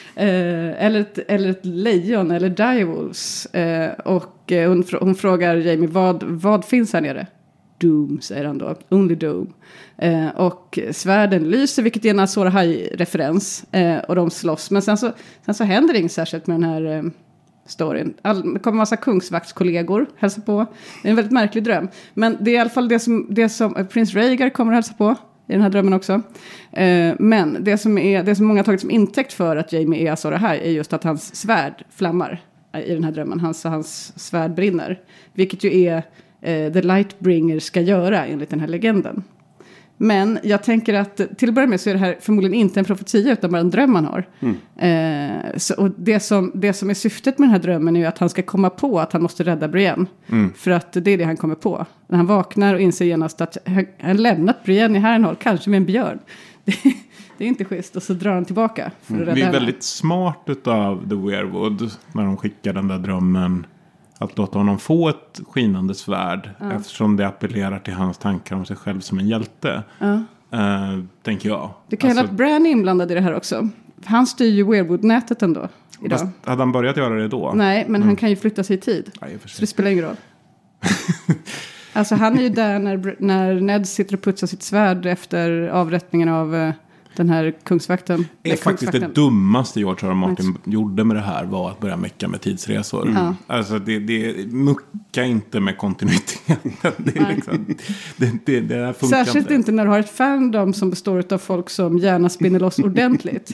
Eller ett lejon eller direwolves. Och hon frågar Jamie vad finns här nere? Doom, säger han då. Only Doom. Och svärden lyser, vilket är en Azor Ahai-referens. Och de slåss. Men sen så händer det inget särskilt med den här storyn. Det kommer en massa kungsvaktskollegor hälsa på. Det är en väldigt märklig dröm. Men det är i alla fall det som Prins Rhaegar kommer att hälsa på. i den här drömmen också. Men det som många har tagit som intäkt för att Jamie är Azor Ahai är just att hans svärd flammar i den här drömmen. Hans svärd brinner. Vilket ju är The Lightbringer ska göra enligt den här legenden. Men jag tänker att till att börja med så är det här förmodligen inte en profetia utan bara en dröm man har. Och det som är syftet med den här drömmen är ju att han ska komma på att han måste rädda Brienne. För att det är det han kommer på. När han vaknar och inser genast att han lämnat Brienne i Harrenhal, kanske med en björn. Det är inte schysst. Och så drar han tillbaka för att rädda Det är henne. väldigt smart utav The Weirwood när de skickar den där drömmen. Att låta honom få ett skinande svärd. Eftersom det appellerar till hans tankar om sig själv som en hjälte. Tänker jag. Det kan hända att Bran är inblandad i det här också. Han styr ju Weirwood-nätet ändå. Idag. Fast hade han börjat göra det då? Nej, men han kan ju flytta sig i tid. Så det spelar ingen roll. Alltså han är ju där när Ned sitter och putsar sitt svärd efter avrättningen av den här kungsvakten. Det är faktiskt det dummaste George R. R. Martin gjorde med det här var att börja mecka med tidsresor. Alltså det mucka inte med kontinuiteten. Det är liksom, det funkar särskilt inte när du har ett fandom som består av folk som gärna spinner loss ordentligt.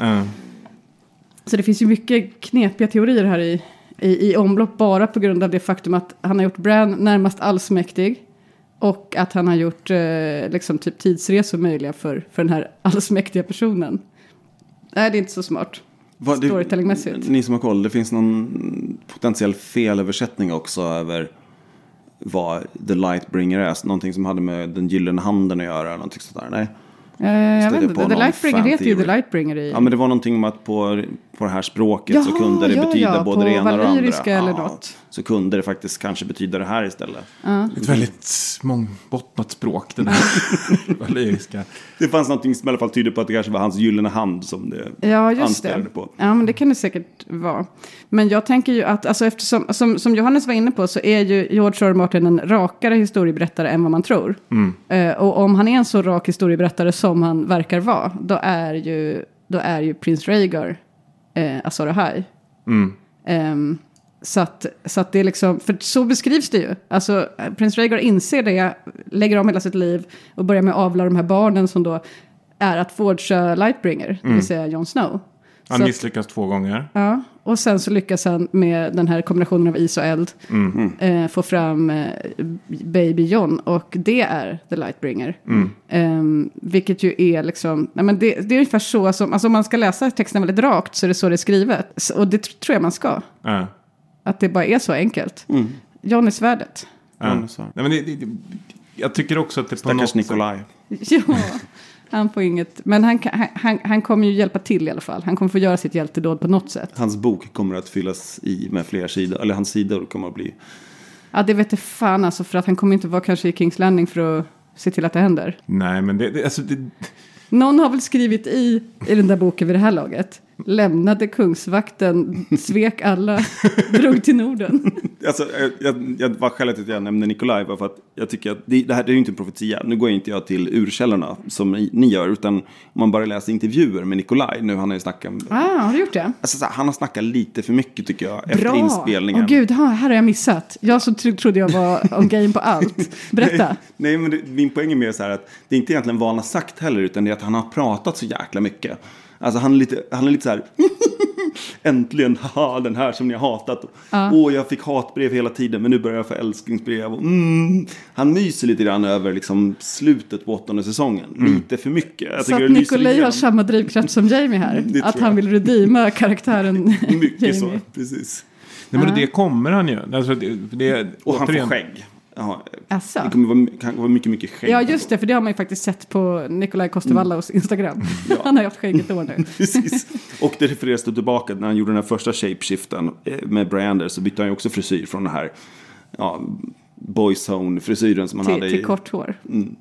Så det finns ju mycket knepiga teorier här i omlopp bara på grund av det faktum att han har gjort Bran närmast allsmäktig. Och att han har gjort liksom typ tidsresor möjliga för den här allsmäktiga personen. Nej, det är inte så smart. Storytellingmässigt. Ni som har koll, det finns någon potentiell felöversättning också över vad The Lightbringer är. Någonting som hade med den gyllene handen att göra. Någonting sånt där, nej? Jag vet inte, The Lightbringer heter ju The Lightbringer i... Ja, men det var någonting om att på det här språket så kunde det betyda både det ena och det andra. Eller något. Så kunde det faktiskt kanske betyda det här istället. Ett väldigt mångbottnat språk, den här valyriska. Det fanns någonting som i alla fall tyder på att det kanske var hans gyllene hand som det anspelade på. Ja, men det kan det säkert vara. Men jag tänker ju att, alltså eftersom, som Johannes var inne på, så är ju George R. R. Martin en rakare historieberättare än vad man tror. Och om han är en så rak historieberättare som han verkar vara, då är ju Prince Rhaegar Azor Ahai. Så att det är liksom, för så beskrivs det ju. Alltså Prince Rhaegar inser det, lägger om hela sitt liv och börjar med att avla de här barnen som då är att forgea Lightbringer, det vill säga Jon Snow. Han misslyckas 2 gånger. Ja, och sen så lyckas han med den här kombinationen av is och eld få fram Baby Jon, och det är The Lightbringer. Vilket ju är liksom, nej men det är ungefär så som, alltså om man ska läsa texten väldigt rakt så är det så det är skrivet. Och det tror jag man ska. Att det bara är så enkelt. Jon är svärdet. Nej, men jag tycker också att det på något Nikolaj. Ja, han får inget. Men han kommer ju hjälpa till i alla fall. Han kommer få göra sitt hjältedåd på något sätt. Hans bok kommer att fyllas i med fler sidor. Eller hans sidor kommer att bli... Ja, det vet jag fan alltså. För att han kommer inte vara kanske i Kings Landing för att se till att det händer. Nej, men någon har väl skrivit i den där boken vid det här laget. Lämnade kungsvakten, svek alla, drog till Norden. Alltså, jag var skälet till att jag nämnde Nikolaj var för att jag tycker att det här är ju inte en profetia. Nu går inte jag till urkällorna som ni gör, utan om man bara läser intervjuer med Nikolaj. Nu han har ju snackat... har du gjort det? Alltså, han har snackat lite för mycket tycker jag efter inspelningen. Åh gud, här har jag missat. Jag så trodde jag var on game på allt. Berätta. Nej, men min poäng är mer så här att det är inte egentligen vad han har sagt heller, utan det är att han har pratat så jäkla mycket. Alltså han är lite så här äntligen, haha, den här som ni har hatat. Jag fick hatbrev hela tiden, men nu börjar jag få älsklingsbrev. Han myser lite grann över liksom slutet på 8:e säsongen. Lite för mycket. Jag så att Nikolaj har samma drivkraft som Jamie här. Att han vill redeema karaktären mycket Jamie. Så, precis. Nej, men det kommer han ju. Alltså, och han får skägg. Asså. Det kommer vara mycket skägg. Ja, just det, för det har man ju faktiskt sett på Nikolaj Kostervallos Instagram. Han har haft skägg ett år nu. Precis. Och det refereras då tillbaka när han gjorde den här första shapeshiften med Brander, så bytte han ju också frisyr från den här boyzone-frisyren som han hade till kort hår.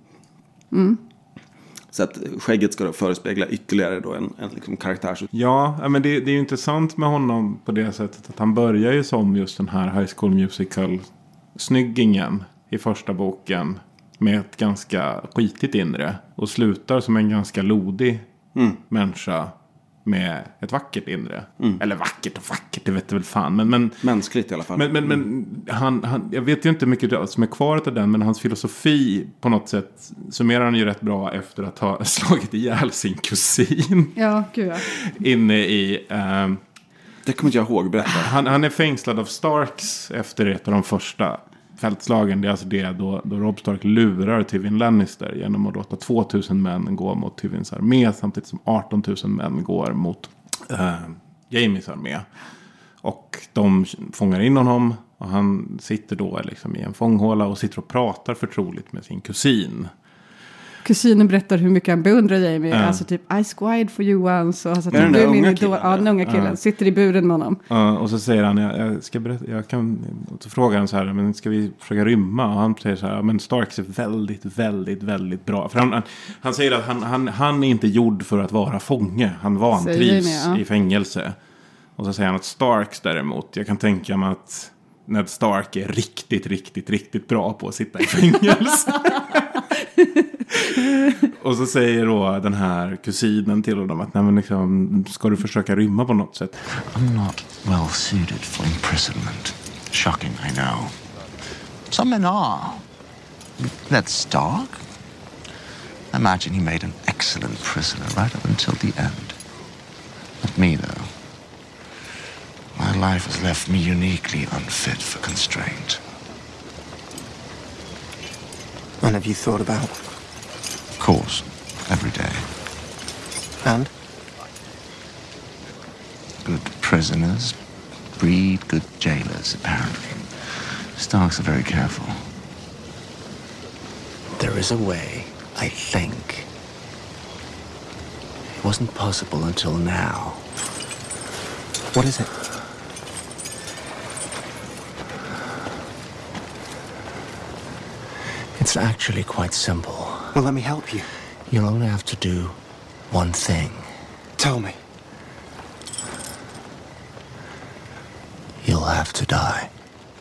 Så att skägget ska då förespegla ytterligare då en liksom karaktär. Ja, men det är ju intressant med honom på det sättet att han börjar ju som just den här High School Musical-snyggingen i första boken med ett ganska skitigt inre och slutar som en ganska lodig människa med ett vackert inre. Eller vackert, det vet du väl fan. Men mänskligt i alla fall. Men han, jag vet ju inte mycket som är kvar av den, men hans filosofi på något sätt summerar han ju rätt bra efter att ha slagit ihjäl sin kusin. Ja, gud ja. Inne i... det kommer inte jag ihåg, berätta. Han är fängslad av Starks efter ett av de första fältslagen. Det är alltså det då Robb Stark lurar Tywin Lannister genom att låta 2000 män gå mot Tywins armé samtidigt som 18 000 män går mot Jaimes armé. Och de fångar in honom och han sitter då liksom i en fånghåla och sitter och pratar förtroligt med sin kusin. Kusinen berättar hur mycket han beundrar Jaime. Alltså typ, I squied for you once. Och alltså, den där unga killen? Ja, den unga killen. Sitter i buren med honom. Och så säger han, jag ska berätta, så frågar han så här, men ska vi försöka rymma? Och han säger så här, men Starks är väldigt, väldigt, väldigt bra. För han säger att han är inte gjord för att vara fånge. Han vantrivs i fängelse. Och så säger han att Starks däremot, jag kan tänka mig att Ned Stark är riktigt, riktigt, riktigt bra på att sitta i fängelse. Och så säger då den här kusinen till honom att nej, men liksom, ska du försöka rymma på något sätt? I'm not well suited for imprisonment. Shocking, I know. Some men are. Ned Stark? I imagine he made an excellent prisoner right up until the end. Not me, though. My life has left me uniquely unfit for constraint. And have you thought about? Of course, every day. And? Good prisoners breed good jailers, apparently. Starks are very careful. There is a way, I think. It wasn't possible until now. What is it? It's actually quite simple. Well, let me help you. You'll only have to do one thing. Tell me. You'll have to die.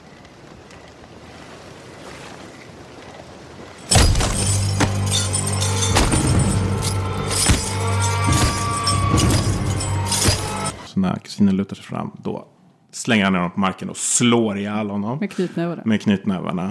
Så när kusinen lutar sig fram, då slänger han honom på marken och slår ihjäl honom. Med knytnävarna.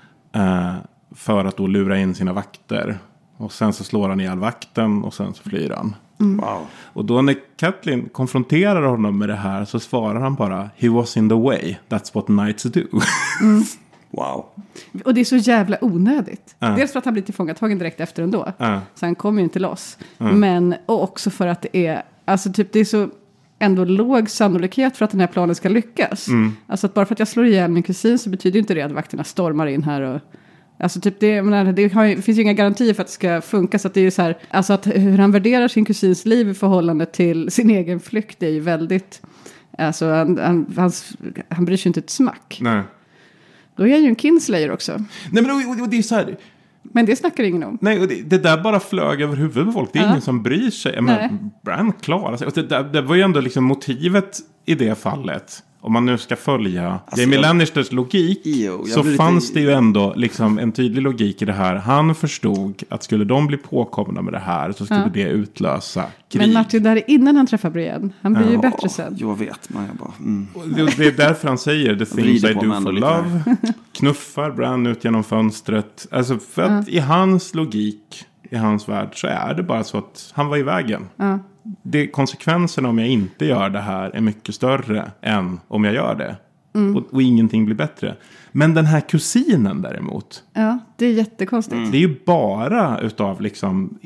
För att då lura in sina vakter. Och sen så slår han ihjäl vakten och sen så flyr han. Wow. Och då när Catelyn konfronterar honom med det här så svarar han bara, he was in the way, that's what knights do. Wow. Och det är så jävla onödigt. Dels för att han blir tillfångatagen direkt efter ändå. Så han kommer ju inte loss. Men och också för att det är, alltså typ det är så ändå låg sannolikhet för att den här planen ska lyckas. Alltså att bara för att jag slår ihjäl min kusin så betyder inte det att vakterna stormar in här och alltså typ det finns ju inga garantier för att det ska funka, så att det är ju så här, alltså att hur han värderar sin kusins liv i förhållande till sin egen flykt är ju väldigt, alltså han bryr sig inte ett smack. Nej. Då är jag ju en kinslayer också. Nej, men och det är så här. Men det snackar ingen om. Nej, och det där bara flög över huvudet på folk. Det är ingen som bryr sig. Men Bran klarar sig. Och det var ju ändå liksom motivet i det fallet. Om man nu ska följa Jaime Lannisters logik, så fanns det ju ändå liksom en tydlig logik i det här. Han förstod att skulle de bli påkomna med det här så skulle det utlösa krig. Men Martin, där är innan han träffar Brienne. Han blir ju bättre sen. Jag vet, men jag bara... Det är därför han säger the things I do for love. Knuffar Bran ut genom fönstret. Alltså för att i hans logik, i hans värld, så är det bara så att han var i vägen. Konsekvenserna om jag inte gör det här är mycket större än om jag gör det. Och ingenting blir bättre. Men den här kusinen däremot. Ja, det är jättekonstigt. Det är ju bara utav liksom...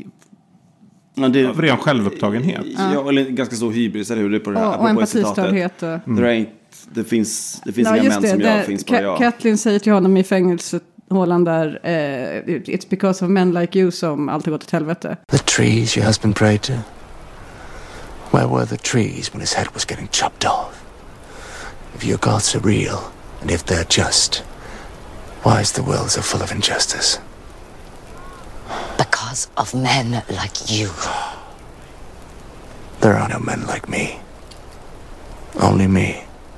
av ren självupptagenhet. Ja, eller ganska så hybris, eller hur? Det är på det här, och empatistördhet. Det finns inga män som jag, finns bara jag. Catelyn säger till honom i fängelsehålan där, it's because of men like you som allt har gått åt helvete. The trees your husband prayed to? Where were the trees when his head was getting chopped off? If your gods are real, and if they're just, why is the world so full of injustice? Because of men like you. There are no men like me. Only me.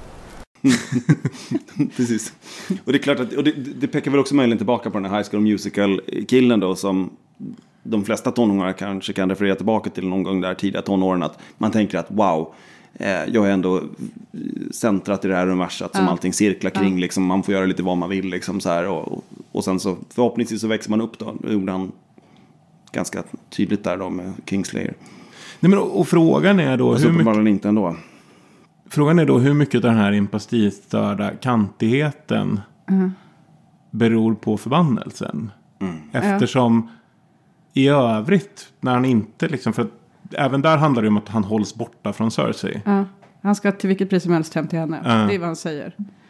Precis. Och det är klart att, och det pekar väl också möjligen tillbaka på den här High School Musical-killen då som de flesta tonåringar kanske kan referera tillbaka till någon gång där tidiga tonåren, att man tänker att wow, jag är ändå centrat i det här universat som allting cirklar kring, liksom, man får göra lite vad man vill liksom, så här, och sen så förhoppningsvis så växer man upp då. Det gjorde han ganska tydligt där då med Kingslayer. Nej, men, och frågan är då hur mycket den här empatistörda kantigheten beror på förbannelsen. Eftersom i övrigt när han inte liksom, för att även där handlar det om att han hålls borta från Cersei. Han ska till vilket pris som helst hem till henne. Det är vad han säger.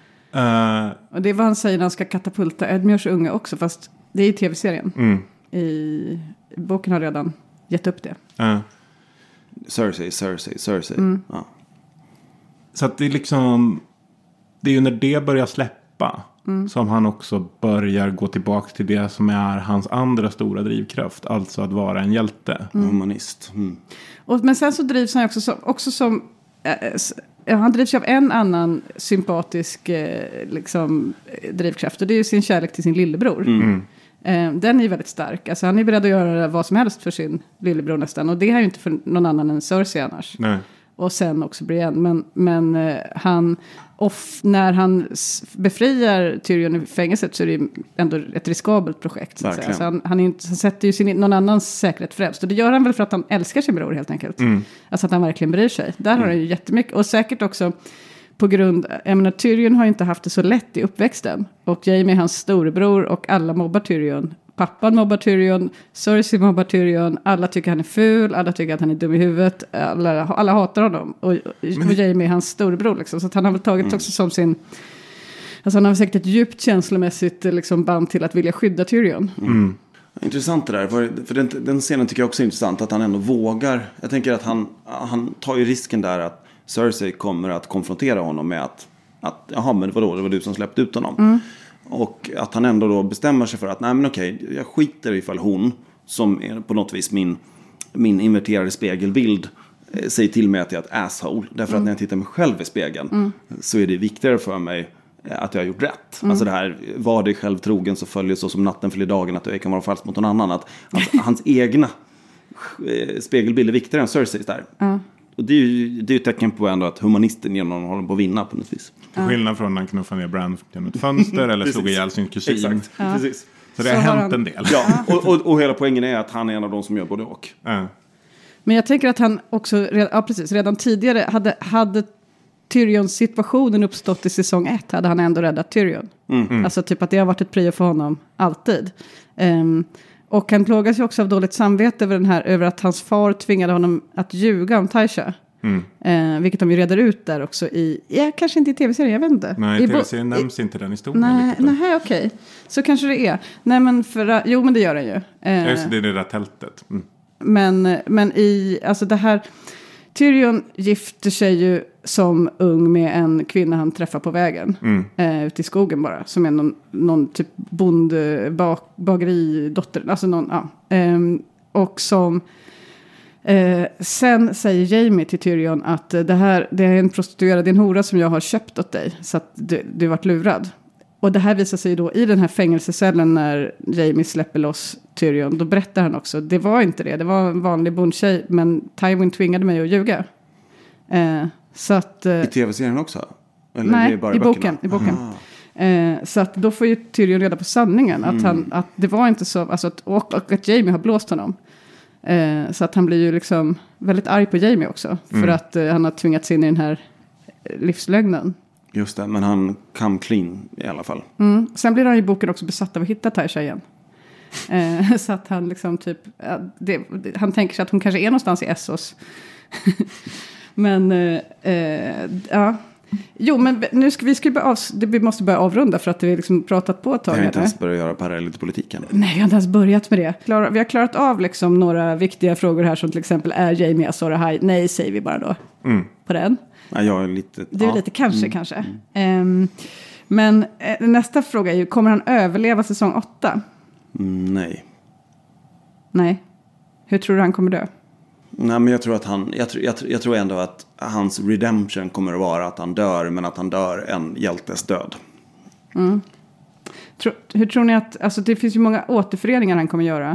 Och det är vad han säger när han ska katapulta Edmures unge också. Fast det är i tv-serien. I boken har redan gett upp det. Cersei. Ja. Så att det är liksom, det är ju när det börjar släppa som han också börjar gå tillbaka till det som är hans andra stora drivkraft. Alltså att vara en hjälte. Humanist. Men sen så drivs han också som han drivs av en annan sympatisk drivkraft. Och det är ju sin kärlek till sin lillebror. Den är ju väldigt stark. Alltså han är beredd att göra vad som helst för sin lillebror nästan. Och det är ju inte för någon annan än Cersei annars. Nej. Och sen också Brienne. Men när han befriar Tyrion i fängelset så är det ändå ett riskabelt projekt. Så att säga. Så han sätter ju någon annans säkerhet främst. Och det gör han väl för att han älskar sin bror helt enkelt. Alltså att han verkligen bryr sig. Där har han ju jättemycket. Och säkert också på grund, jag menar, Tyrion har ju inte haft det så lätt i uppväxten. Och Jaime är hans storebror och alla mobbar Tyrion. Pappan mobbar Tyrion, Cersei mobbar Tyrion, alla tycker han är ful, alla tycker att han är dum i huvudet, alla hatar honom. Och Jaime är hans storebror liksom. Så att han har väl tagit också som sin, alltså han har säkert ett djupt känslomässigt liksom band till att vilja skydda Tyrion. Intressant det där, för den scenen tycker jag också är intressant, att han ändå vågar. Jag tänker att han tar ju risken där att Cersei kommer att konfrontera honom med att jaha, men vadå, det var du som släppte ut honom. Och att han ändå då bestämmer sig för att nej men okej, jag skiter ifall hon, som är på något vis min inverterade spegelbild, säger till mig att jag är ett asshole. Därför att när jag tittar mig själv i spegeln så är det viktigare för mig att jag har gjort rätt. Alltså det här, var dig själv trogen så följer så som natten följer dagen, att du kan vara falsk mot någon annan. Att hans egna spegelbild är viktigare än Cerseis där. Och det är ju ett tecken på ändå att humanisten genom håller på att vinna på något vis. Till skillnad från när han knuffade ner Bran genom ett fönster eller slog ihjäl sin kusin. Exakt, precis. Så det har hänt en del. Ja, och hela poängen är att han är en av de som gör både och. Men jag tänker att han också, redan tidigare hade Tyrions situationen uppstått i säsong 1 hade han ändå räddat Tyrion. Alltså typ att det har varit ett prio för honom alltid. Och han plågas ju också av dåligt samvete över att hans far tvingade honom att ljuga om Tysha. Vilket de ju reder ut där också kanske inte i tv-serien, jag vet inte. Nej, i tv-serien nämns inte den historien. Nej, okej. Så kanske det är. Nej, men men det gör den ju. Just det är det där tältet. Men alltså det här, Tyrion gifter sig ju som ung med en kvinna han träffar på vägen. Ute i skogen bara. Som är någon typ bageridotter. Alltså någon, och som sen säger Jaime till Tyrion att det är en prostituerad, det är en hora som jag har köpt åt dig. Så att du varit lurad. Och det här visar sig då i den här fängelsecellen när Jaime släpper loss Tyrion. Då berättar han också, det var inte det. Det var en vanlig bondtjej, men Tywin tvingade mig att ljuga. Så att, i tv-serien också? Eller nej, det är bara i boken. Så att då får ju Tyrion reda på sanningen. Att det var inte så, alltså och att Jaime har blåst honom. Så att han blir ju liksom väldigt arg på Jaime också. För att han har tvingats in i den här livslögnen. Just det, men han come clean i alla fall. Sen blir han i boken också besatt av att hitta Tysha igen. Så att han liksom typ, han tänker sig att hon kanske är någonstans i Essos. Men ja. Jo, men nu vi måste börja avrunda för att vi liksom pratat på ett tag. Vi har inte ens börjat göra parallell till politiken. Nej, vi har inte ens börjat med det. Vi har klarat av liksom några viktiga frågor här som till exempel, är Jaime Azor Ahai? Nej, säger vi bara då. På den. Ja, jag är lite... Du är lite kanske. Men nästa fråga är ju, kommer han överleva säsong 8? Nej. Nej. Hur tror du han kommer dö? Nej, men jag tror att jag tror ändå att hans redemption kommer att vara att han dör, men att han dör en hjältes död. Hur tror ni att, alltså det finns ju många återföreningar han kommer göra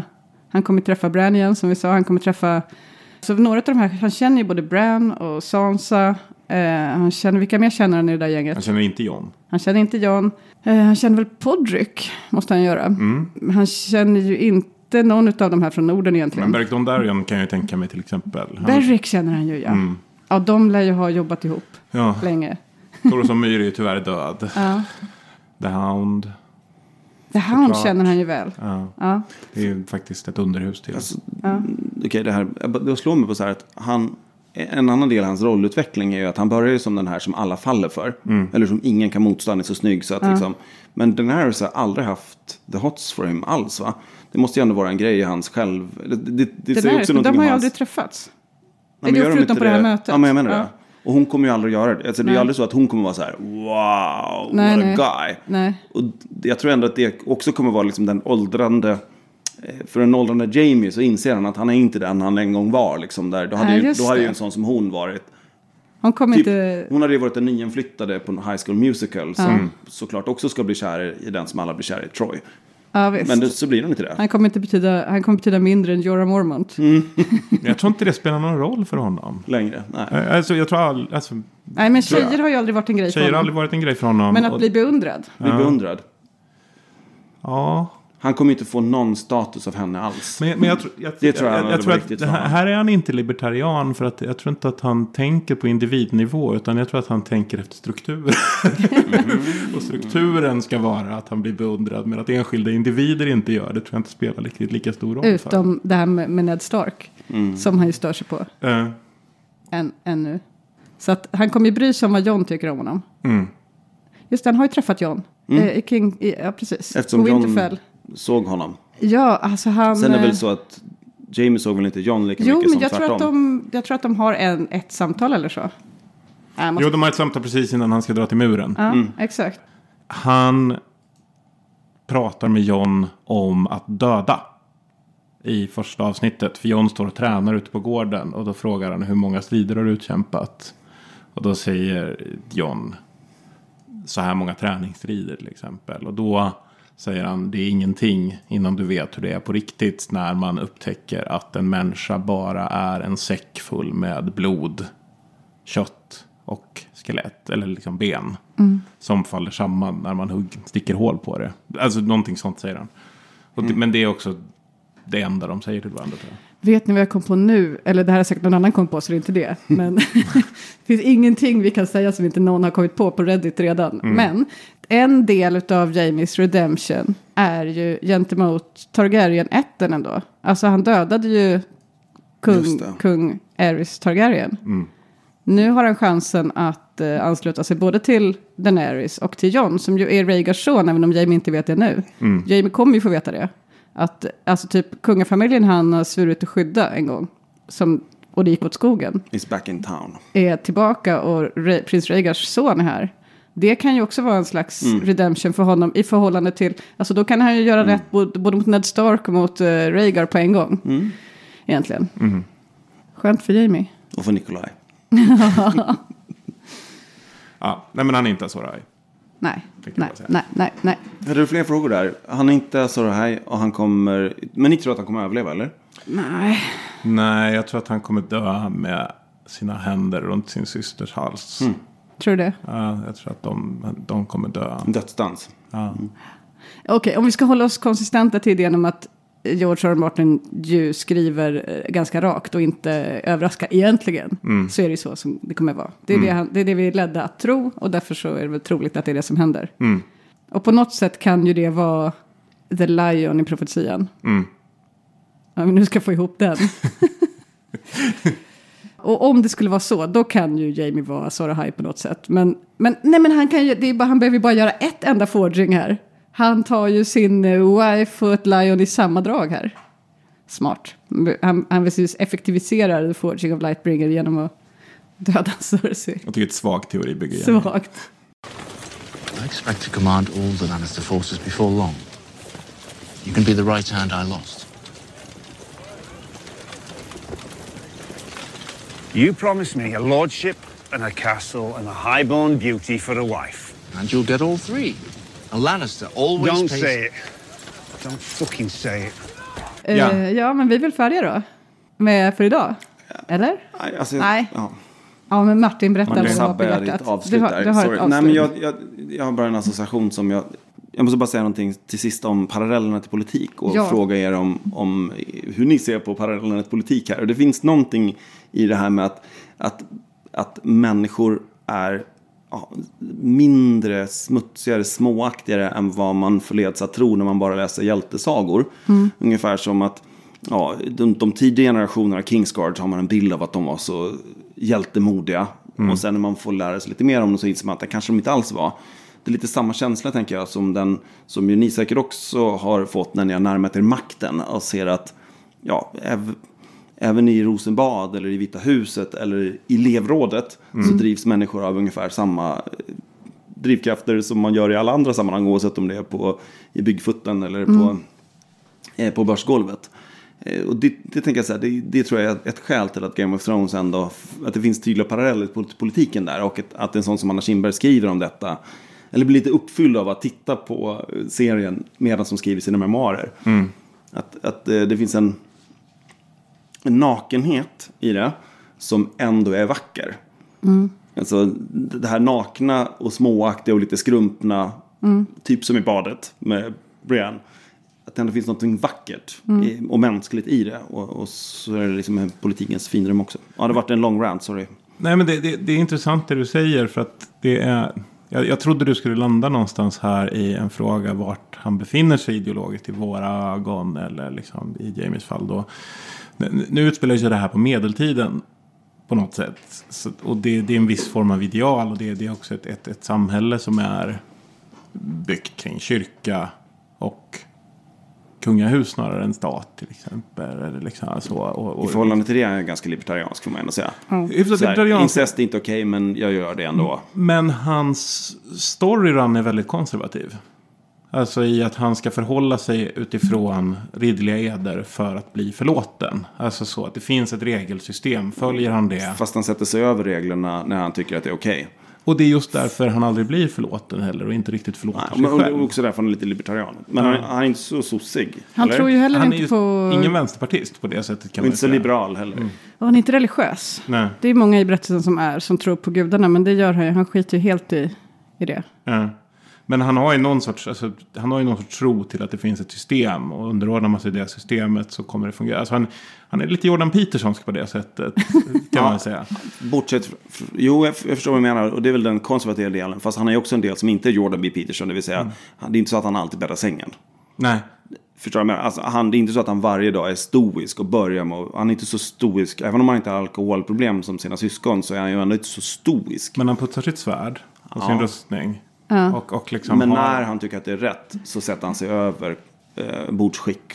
Han kommer träffa Bran igen, som vi sa. Han kommer träffa... Så några av de här... Han känner ju både Bran och Sansa. Han känner... Vilka mer känner han i det där gänget? Han känner inte Jon. Han känner inte Jon. Han känner väl Podrick, måste han göra. Han känner ju inte någon av de här från Norden egentligen. Men Beric Dondarrion kan jag ju tänka mig till exempel. Beric känner han ju, ja. Ja, de lär ju ha jobbat ihop länge. Thoros Myr är ju tyvärr död. Ja. The Hound. The Hound känner han ju väl. Ja. Det är ju faktiskt ett underhus till. Alltså, okej, det slår mig på så här att en annan del av hans rollutveckling är ju att han börjar ju som den här som alla faller för. Eller som ingen kan motstå, han är så snygg så att liksom, men Daenerys har aldrig haft the hots for him alls, va? Det måste ju ändå vara en grej i hans själv. Det säger också någonting de har ju om aldrig träffats. Nej, det är förutom på det här mötet. Ja, men jag menar det. Och hon kommer ju aldrig göra det. Alltså, det är ju aldrig så att hon kommer vara så här, wow, what a guy. Nej. Och jag tror ändå att det också kommer vara liksom den åldrande... För en åldrande Jamie så inser han att han är inte den han en gång var. Liksom, där. Då hade ju en sån som hon varit. Hon hade ju varit den nyinflyttade på en High School Musical. Som såklart också ska bli kär i den som alla blir kär i, Troy. Ja, visst. Men så blir de inte det. Han kommer betyda mindre än Jorah Mormont. Jag tror inte det spelar någon roll för honom. Längre, nej. Alltså, jag tror nej, men tjejer har ju aldrig varit en grej för honom. Tjejer har aldrig varit en grej för honom. Men att bli beundrad. Bli beundrad. Ja. Han kommer inte få någon status av henne alls. Men jag tror att här är han inte libertarian, för att jag tror inte att han tänker på individnivå, utan jag tror att han tänker efter struktur. Och strukturen ska vara att han blir beundrad, men att enskilda individer inte gör det tror jag inte spelar riktigt lika stor roll. Utom det här med Ned Stark, som han ju stör sig på. Ännu. Så att han kommer ju bry sig om vad Jon tycker om honom. Just det, han har ju träffat Jon. Ja, precis. Eftersom Jon såg honom. Ja, alltså han... Sen är det väl så att Jamie såg väl inte Jon lika mycket som tvärtom. Jag tror att de har ett samtal eller så. Jo, de har ett samtal precis innan han ska dra till muren. Ja, exakt. Han pratar med Jon om att döda i första avsnittet. För Jon står och tränar ute på gården. Och då frågar han hur många strider har du utkämpat. Och då säger Jon så här många träningsstrider till exempel. Och då säger han, det är ingenting innan du vet hur det är på riktigt, när man upptäcker att en människa bara är en säck full med blod, kött och skelett, eller liksom ben, som faller samman när man sticker hål på det. Alltså någonting sånt säger han. Och men det är också det enda de säger till varandra, tror jag. Vet ni vad jag kom på nu? Eller det här är säkert någon annan kom på, så det är inte det. Men det finns ingenting vi kan säga som inte någon har kommit på Reddit redan. Men en del av Jamies redemption är ju gentemot Targaryen ätten ändå. Alltså han dödade ju kung Aerys Targaryen. Nu har han chansen att ansluta sig både till Daenerys och till Jon, som ju är Rhaegars son, även om Jaime inte vet det nu. Jaime kommer ju få veta det. Att alltså typ kungafamiljen han har svurit att skydda en gång, och det gick åt skogen, is back in town, är tillbaka, och prins Rhaegars son är här. Det kan ju också vara en slags redemption för honom i förhållande till, alltså då kan han ju göra rätt både mot Ned Stark och mot Rhaegar på en gång. Egentligen. Skönt för Jaime. Och för Nikolaj. Ja, nej, men han är inte Azor Ahai. Nej. Är det fler frågor där? Han är inte Azor Ahai och han kommer... Men ni tror att han kommer överleva, eller? Nej, jag tror att han kommer dö med sina händer runt sin systers hals. Tror du det? Ja, jag tror att de kommer dö. Dödsdans. Ja. Okej, om vi ska hålla oss konsistenta till det genom att George R. Martin ju skriver ganska rakt och inte överraskar egentligen, så är det så som det kommer vara. Det är det vi är ledda att tro, och därför så är det väl troligt att det är det som händer. Och på något sätt kan ju det vara The Lion i profetian. Ja, men nu ska jag få ihop den. Och om det skulle vara så, då kan ju Jaime vara Azor Ahai på något sätt. Men han kan ju, han behöver bara göra ett enda forging här. Han tar ju sin wife och ett lion i samma drag här. Smart. Han vill effektivisera the forging of Lightbringer genom att döda Cersei. Jag tycker ett svagt teoribygge igen. Svagt. I expect to command all the Lannister forces before long. You can be the right hand I lost. You promised me a lordship and a castle and a highborn beauty for a wife. And you'll get all three. A Lannister always Don't pays... say it. Don't fucking say it. Ja, men vi är väl färdiga då? För idag? Eller? Alltså, Nej. Ja, men Martin berättar Man vad du har på sabbar ditt hjärtat. avslut där. Du har ett avslut. Nej, men jag har bara en association som jag måste bara säga någonting till sist om parallellerna till politik och fråga er om hur ni ser på parallellerna till politik här. Och det finns någonting i det här med att människor är mindre smutsigare, småaktigare än vad man förleds att tro när man bara läser hjältesagor. Ungefär som att de tidiga generationerna av Kingsguard har man en bild av att de var så hjältemodiga. Och sen när man får lära sig lite mer om dem så inser man att det kanske de inte alls var. Det är lite samma känsla, tänker jag, som ju ni säkert också har fått när ni har närmat er makten och ser att även i Rosenbad eller i Vita huset eller i elevrådet så drivs människor av ungefär samma drivkrafter som man gör i alla andra sammanhang, oavsett om det är i byggfutten eller på börsgolvet. Och det tänker jag så här, det tror jag är ett skäl till att Game of Thrones ändå, att det finns tydliga paralleller på politiken där, och att en sån som Anna Kinberg skriver om detta, eller blir lite uppfylld av att titta på serien medan som skriver sina memoarer. Att det finns en nakenhet i det som ändå är vacker. Alltså det här nakna och småaktiga och lite skrumpna, typ som i badet med Brienne, att det ändå finns något vackert och mänskligt i det, och så är det liksom politikens finrum också. Ja, det har varit en lång rant, sorry. Nej, men det är intressant det du säger, för att det är... Jag trodde du skulle landa någonstans här i en fråga vart han befinner sig ideologiskt i våra ögon, eller liksom i Jamies fall då. Nu utspelar sig det här på medeltiden på något sätt. Och det är en viss form av ideal, och det är också ett samhälle som är byggt kring kyrka och kungahus snarare än stat till exempel. Eller liksom så. I förhållande till det är jag ganska libertariansk, får man ändå säga. Incest är inte okej, men jag gör det ändå. Men hans storyrun är väldigt konservativ. Alltså i att han ska förhålla sig utifrån ridderliga eder för att bli förlåten. Alltså så att det finns ett regelsystem. Följer han det? Fast han sätter sig över reglerna när han tycker att det är okej. Och det är just därför han aldrig blir förlåten heller, och inte riktigt förlåter sig själv. Och också därför han är lite libertarian. Men han är inte så sossig. Han tror ju heller inte på... ingen vänsterpartist på det sättet, kan man säga. Inte så liberal heller. Och han är inte religiös. Nej. Det är många i berättelsen som tror på gudarna, men det gör han ju. Han skiter ju helt i det. Ja. Men han har ju någon sorts tro till att det finns ett system, och underordnar man sig det systemet så kommer det fungera. Alltså han är lite Jordan Petersonsk på det sättet, kan man säga. Bortsett, jag förstår vad jag menar, och det är väl den konservativa delen. Fast han är ju också en del som inte är Jordan B. Peterson, det vill säga det är inte så att han alltid bäddar sängen. Nej. Förstår du? Alltså, det är inte så att han varje dag är stoisk och börjar med, han är inte så stoisk, även om han inte har alkoholproblem som sina syskon, så är han ju ändå inte så stoisk. Men han putsar sitt svärd och sin rustning. Ja. Och liksom men när han tycker att det är rätt så sätter han sig över bordsskick.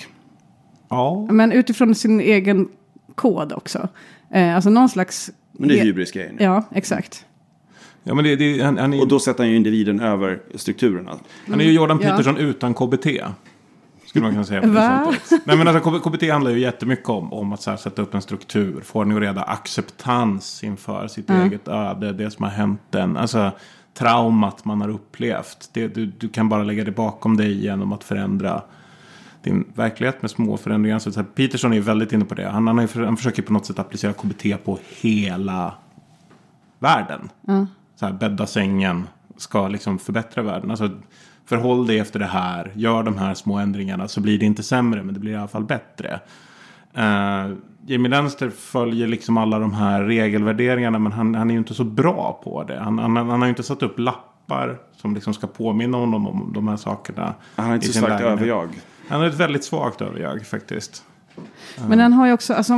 Ja. Men utifrån sin egen kod också. Alltså någon slags... Men det är hybrisgrejen. Ja, exakt. Ja, men han är... Och då sätter han ju individen över strukturerna. Han är ju Jordan Peterson utan KBT. Skulle man kunna säga på det sättet. Nej, men alltså, KBT handlar ju jättemycket om att så här, sätta upp en struktur. Få ordning och reda, acceptans inför sitt eget öde. Det som har hänt den. Alltså... traumat man har upplevt. Du kan bara lägga det bakom dig genom att förändra din verklighet med små förändringar. Så här, Peterson är väldigt inne på det. Han försöker på något sätt applicera KBT på hela världen. Så här, bädda sängen ska liksom förbättra världen. Alltså, förhåll dig efter det här. Gör de här små ändringarna, så blir det inte sämre, men det blir i alla fall bättre. Jamie Lannister följer liksom alla de här regelvärderingarna, men han är ju inte så bra på det. Han har ju inte satt upp lappar som liksom ska påminna honom om de här sakerna. Han har inte så starkt överjag. Han har ett väldigt svagt överjag faktiskt. Men han har ju också, alltså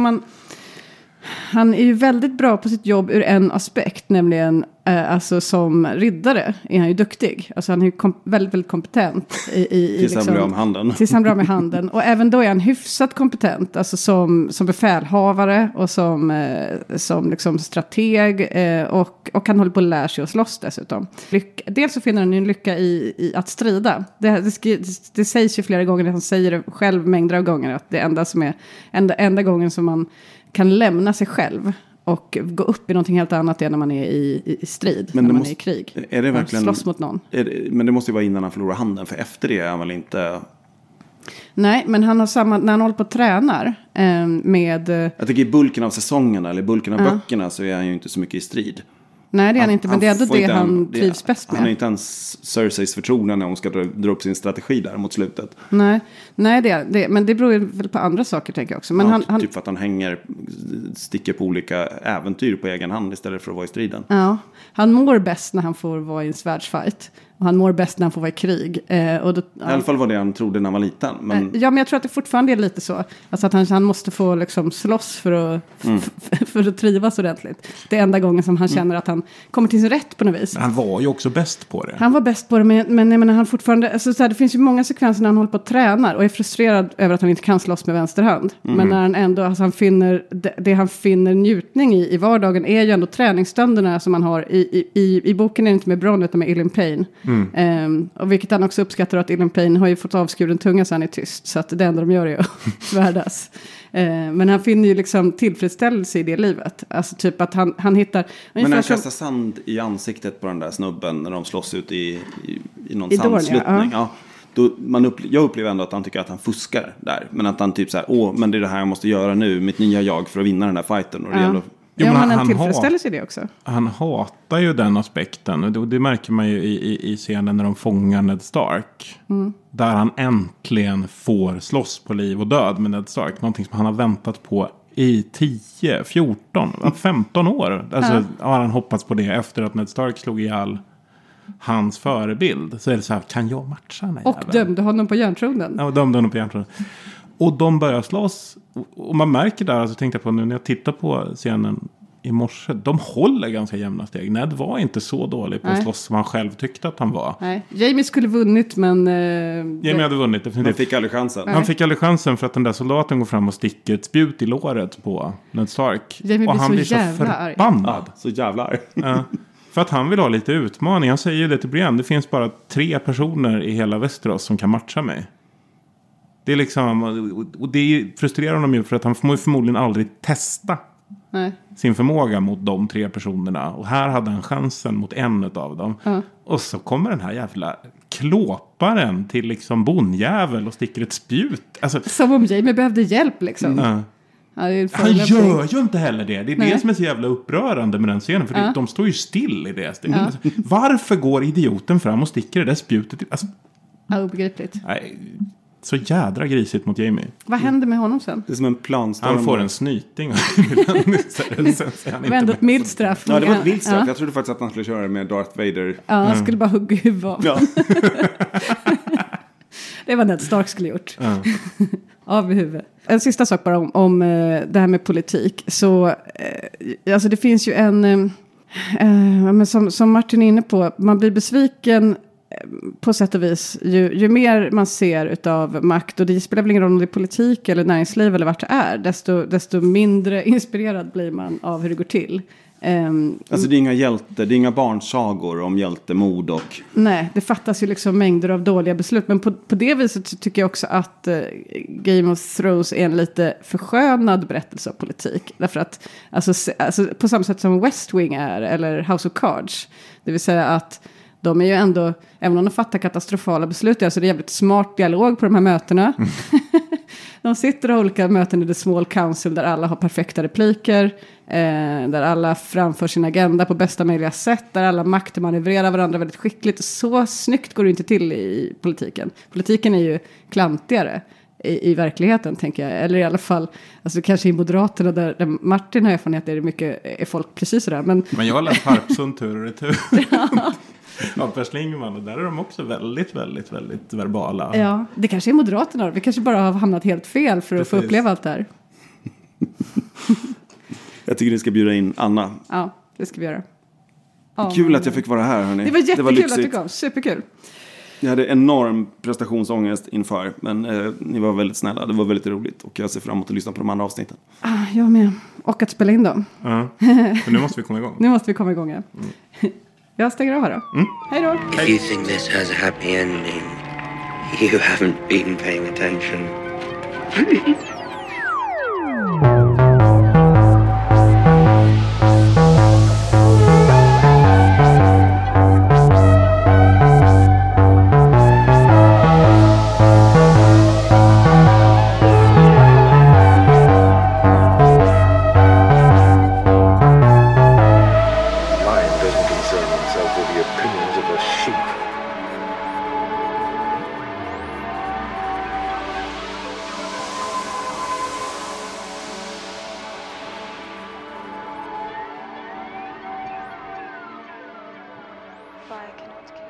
han är ju väldigt bra på sitt jobb ur en aspekt, nämligen alltså som riddare är han ju duktig. Alltså han är ju väldigt, väldigt kompetent tills han blir av med handen. Tills han blir av med handen. Och även då är han hyfsat kompetent, alltså som befälhavare och som liksom strateg, och han håller på att lära sig att slåss dessutom. Dels så finner han ju en lycka i att strida. Det sägs ju flera gånger, han säger det själv mängder av gånger, att det enda gången som man kan lämna sig själv och gå upp i någonting helt annat är när man är i strid, när man är i krig. Är det verkligen slåss mot någon? Men det måste ju vara innan han förlorar handen, för efter det är han väl inte... Nej, men han har samma, när han håller på och tränar med... Jag tycker i bulken av säsongerna eller i bulken av böckerna så är han ju inte så mycket i strid. Nej, det är han inte, men det är ändå det han trivs bäst med. Han är inte ens Cerseis förtroende när hon ska dra upp sin strategi där mot slutet. Nej det, men det beror ju väl på andra saker tänker jag också. Men han typ för att han sticker på olika äventyr på egen hand istället för att vara i striden. Ja, han mår bäst när han får vara i en svärdsfight. Och han mår bäst när han får vara i krig. Och då, I alla fall var det han trodde när han var liten. Men... Ja, men jag tror att det fortfarande är lite så. Alltså att han måste få liksom slåss för att trivas ordentligt. Det är enda gången som han känner att han kommer till sin rätt på något vis. Han var ju också bäst på det. Han var bäst på det, men jag menar, han fortfarande... Alltså, så här, det finns ju många sekvenser när han håller på att träna och är frustrerad över att han inte kan slåss med vänster hand. Men när han ändå... Alltså, han finner... Det han finner njutning i vardagen är ju ändå träningsstunderna som man har i boken är det inte med Bronn utan med Ilyn Payne. Och vilket han också uppskattar att Ilyn Payne har ju fått avskuren tunga så han är tyst. Så att det enda de gör är att svärdas. Men han finner ju liksom tillfredsställelse i det livet. Alltså typ att han hittar... Men när han kastar sand i ansiktet på den där snubben när de slåss ut i någon sandsluttning. Ja. Jag upplever ändå att han tycker att han fuskar där. Men att han typ så här, men det är det här jag måste göra nu. Mitt nya jag för att vinna den här fighten. Och det ändå... Jo, men han tillfredsställelse i det också. Han hatar ju den aspekten. Och det märker man ju i scenen när de fångar Ned Stark. Där han äntligen får slåss på liv och död med Ned Stark. Någonting som han har väntat på i 10, 14, 15 år. Alltså har han hoppats på det efter att Ned Stark slog ihjäl hans förebild. Så är det så här, kan jag matcha den här och dömde honom på järntronen. Ja, dömde honom på järntronen. Och de börjar slåss. Och man märker där, alltså tänkte jag på nu när jag tittar på scenen i morse. De håller ganska jämna steg. Ned var inte så dålig på att slåss som han själv tyckte att han var. Nej, Jamie skulle vunnit men... Jamie hade vunnit definitivt. Han fick aldrig chansen. Han fick aldrig chansen för att den där soldaten går fram och sticker ett spjut i låret på Ned Stark. Jamie och han blir så förbannad. Ja, så jävla arg. För att han vill ha lite utmaning. Han säger det till Brienne. Det finns bara 3 personer i hela Västerås som kan matcha mig. Det är liksom, och det frustrerar honom ju för att han får förmodligen aldrig testa sin förmåga mot de 3 personerna. Och här hade han chansen mot en av dem. Och så kommer den här jävla klåparen till liksom bondjävel och sticker ett spjut. Alltså, som om Jamie behövde hjälp liksom. Han gör ju inte heller det. Det är det som är så jävla upprörande med den scenen. För de står ju still i det. Alltså, varför går idioten fram och sticker det där spjutet? Alltså, obegripligt. Nej, så jädra grisigt mot Jamie. Vad händer med honom sen? Det är som en planstorm. Han får en snyting. Det var ändå ett milt straff. Ja, det var ett milt straff. Jag trodde faktiskt att han skulle köra med Darth Vader. Ja, han skulle bara hugga huvudet av. Ja. Det var Ned Stark skulle gjort. Av huvudet. En sista sak bara om det här med politik. Så alltså det finns ju som Martin är inne på. Man blir besviken på sätt och vis, ju mer man ser utav makt, och det spelar väl ingen roll om det är politik eller näringsliv eller vart det är, desto mindre inspirerad blir man av hur det går till. Alltså det är inga barnsagor om hjältemod och... Nej, det fattas ju liksom mängder av dåliga beslut, men på det viset så tycker jag också att Game of Thrones är en lite förskönad berättelse av politik. Därför att, alltså på samma sätt som West Wing är, eller House of Cards, det vill säga att de är ju ändå, även om de fattar katastrofala beslut, alltså det är jävligt smart dialog på de här mötena. De sitter och har olika möten i The Small Council där alla har perfekta repliker, där alla framför sin agenda på bästa möjliga sätt, där alla maktmanövrerar varandra väldigt skickligt. Så snyggt går det inte till i politiken. Politiken är ju klantigare i verkligheten, tänker jag. Eller i alla fall, alltså kanske i Moderaterna där Martin har erfarenhet är folk precis sådär. Men jag har läst Harpsund tur och retur. Ja, Per Schlingmann, och där är de också väldigt, väldigt, väldigt verbala. Ja, det kanske är Moderaterna. Vi kanske bara har hamnat helt fel för att få uppleva allt det här. Jag tycker ni ska bjuda in Anna. Ja, det ska vi göra. Kul att jag fick vara här, hörni. Det var jättekul att du kom, superkul. Jag hade enorm prestationsångest inför, men ni var väldigt snälla. Det var väldigt roligt och jag ser fram emot att lyssna på de andra avsnitten. Jag med. Och att spela in dem. Ja, för nu måste vi komma igång. Nu måste vi komma igång, ja. Jag stänger av här då. Hej då. If you think this has a happy ending, you haven't been paying attention. Fire cannot kill.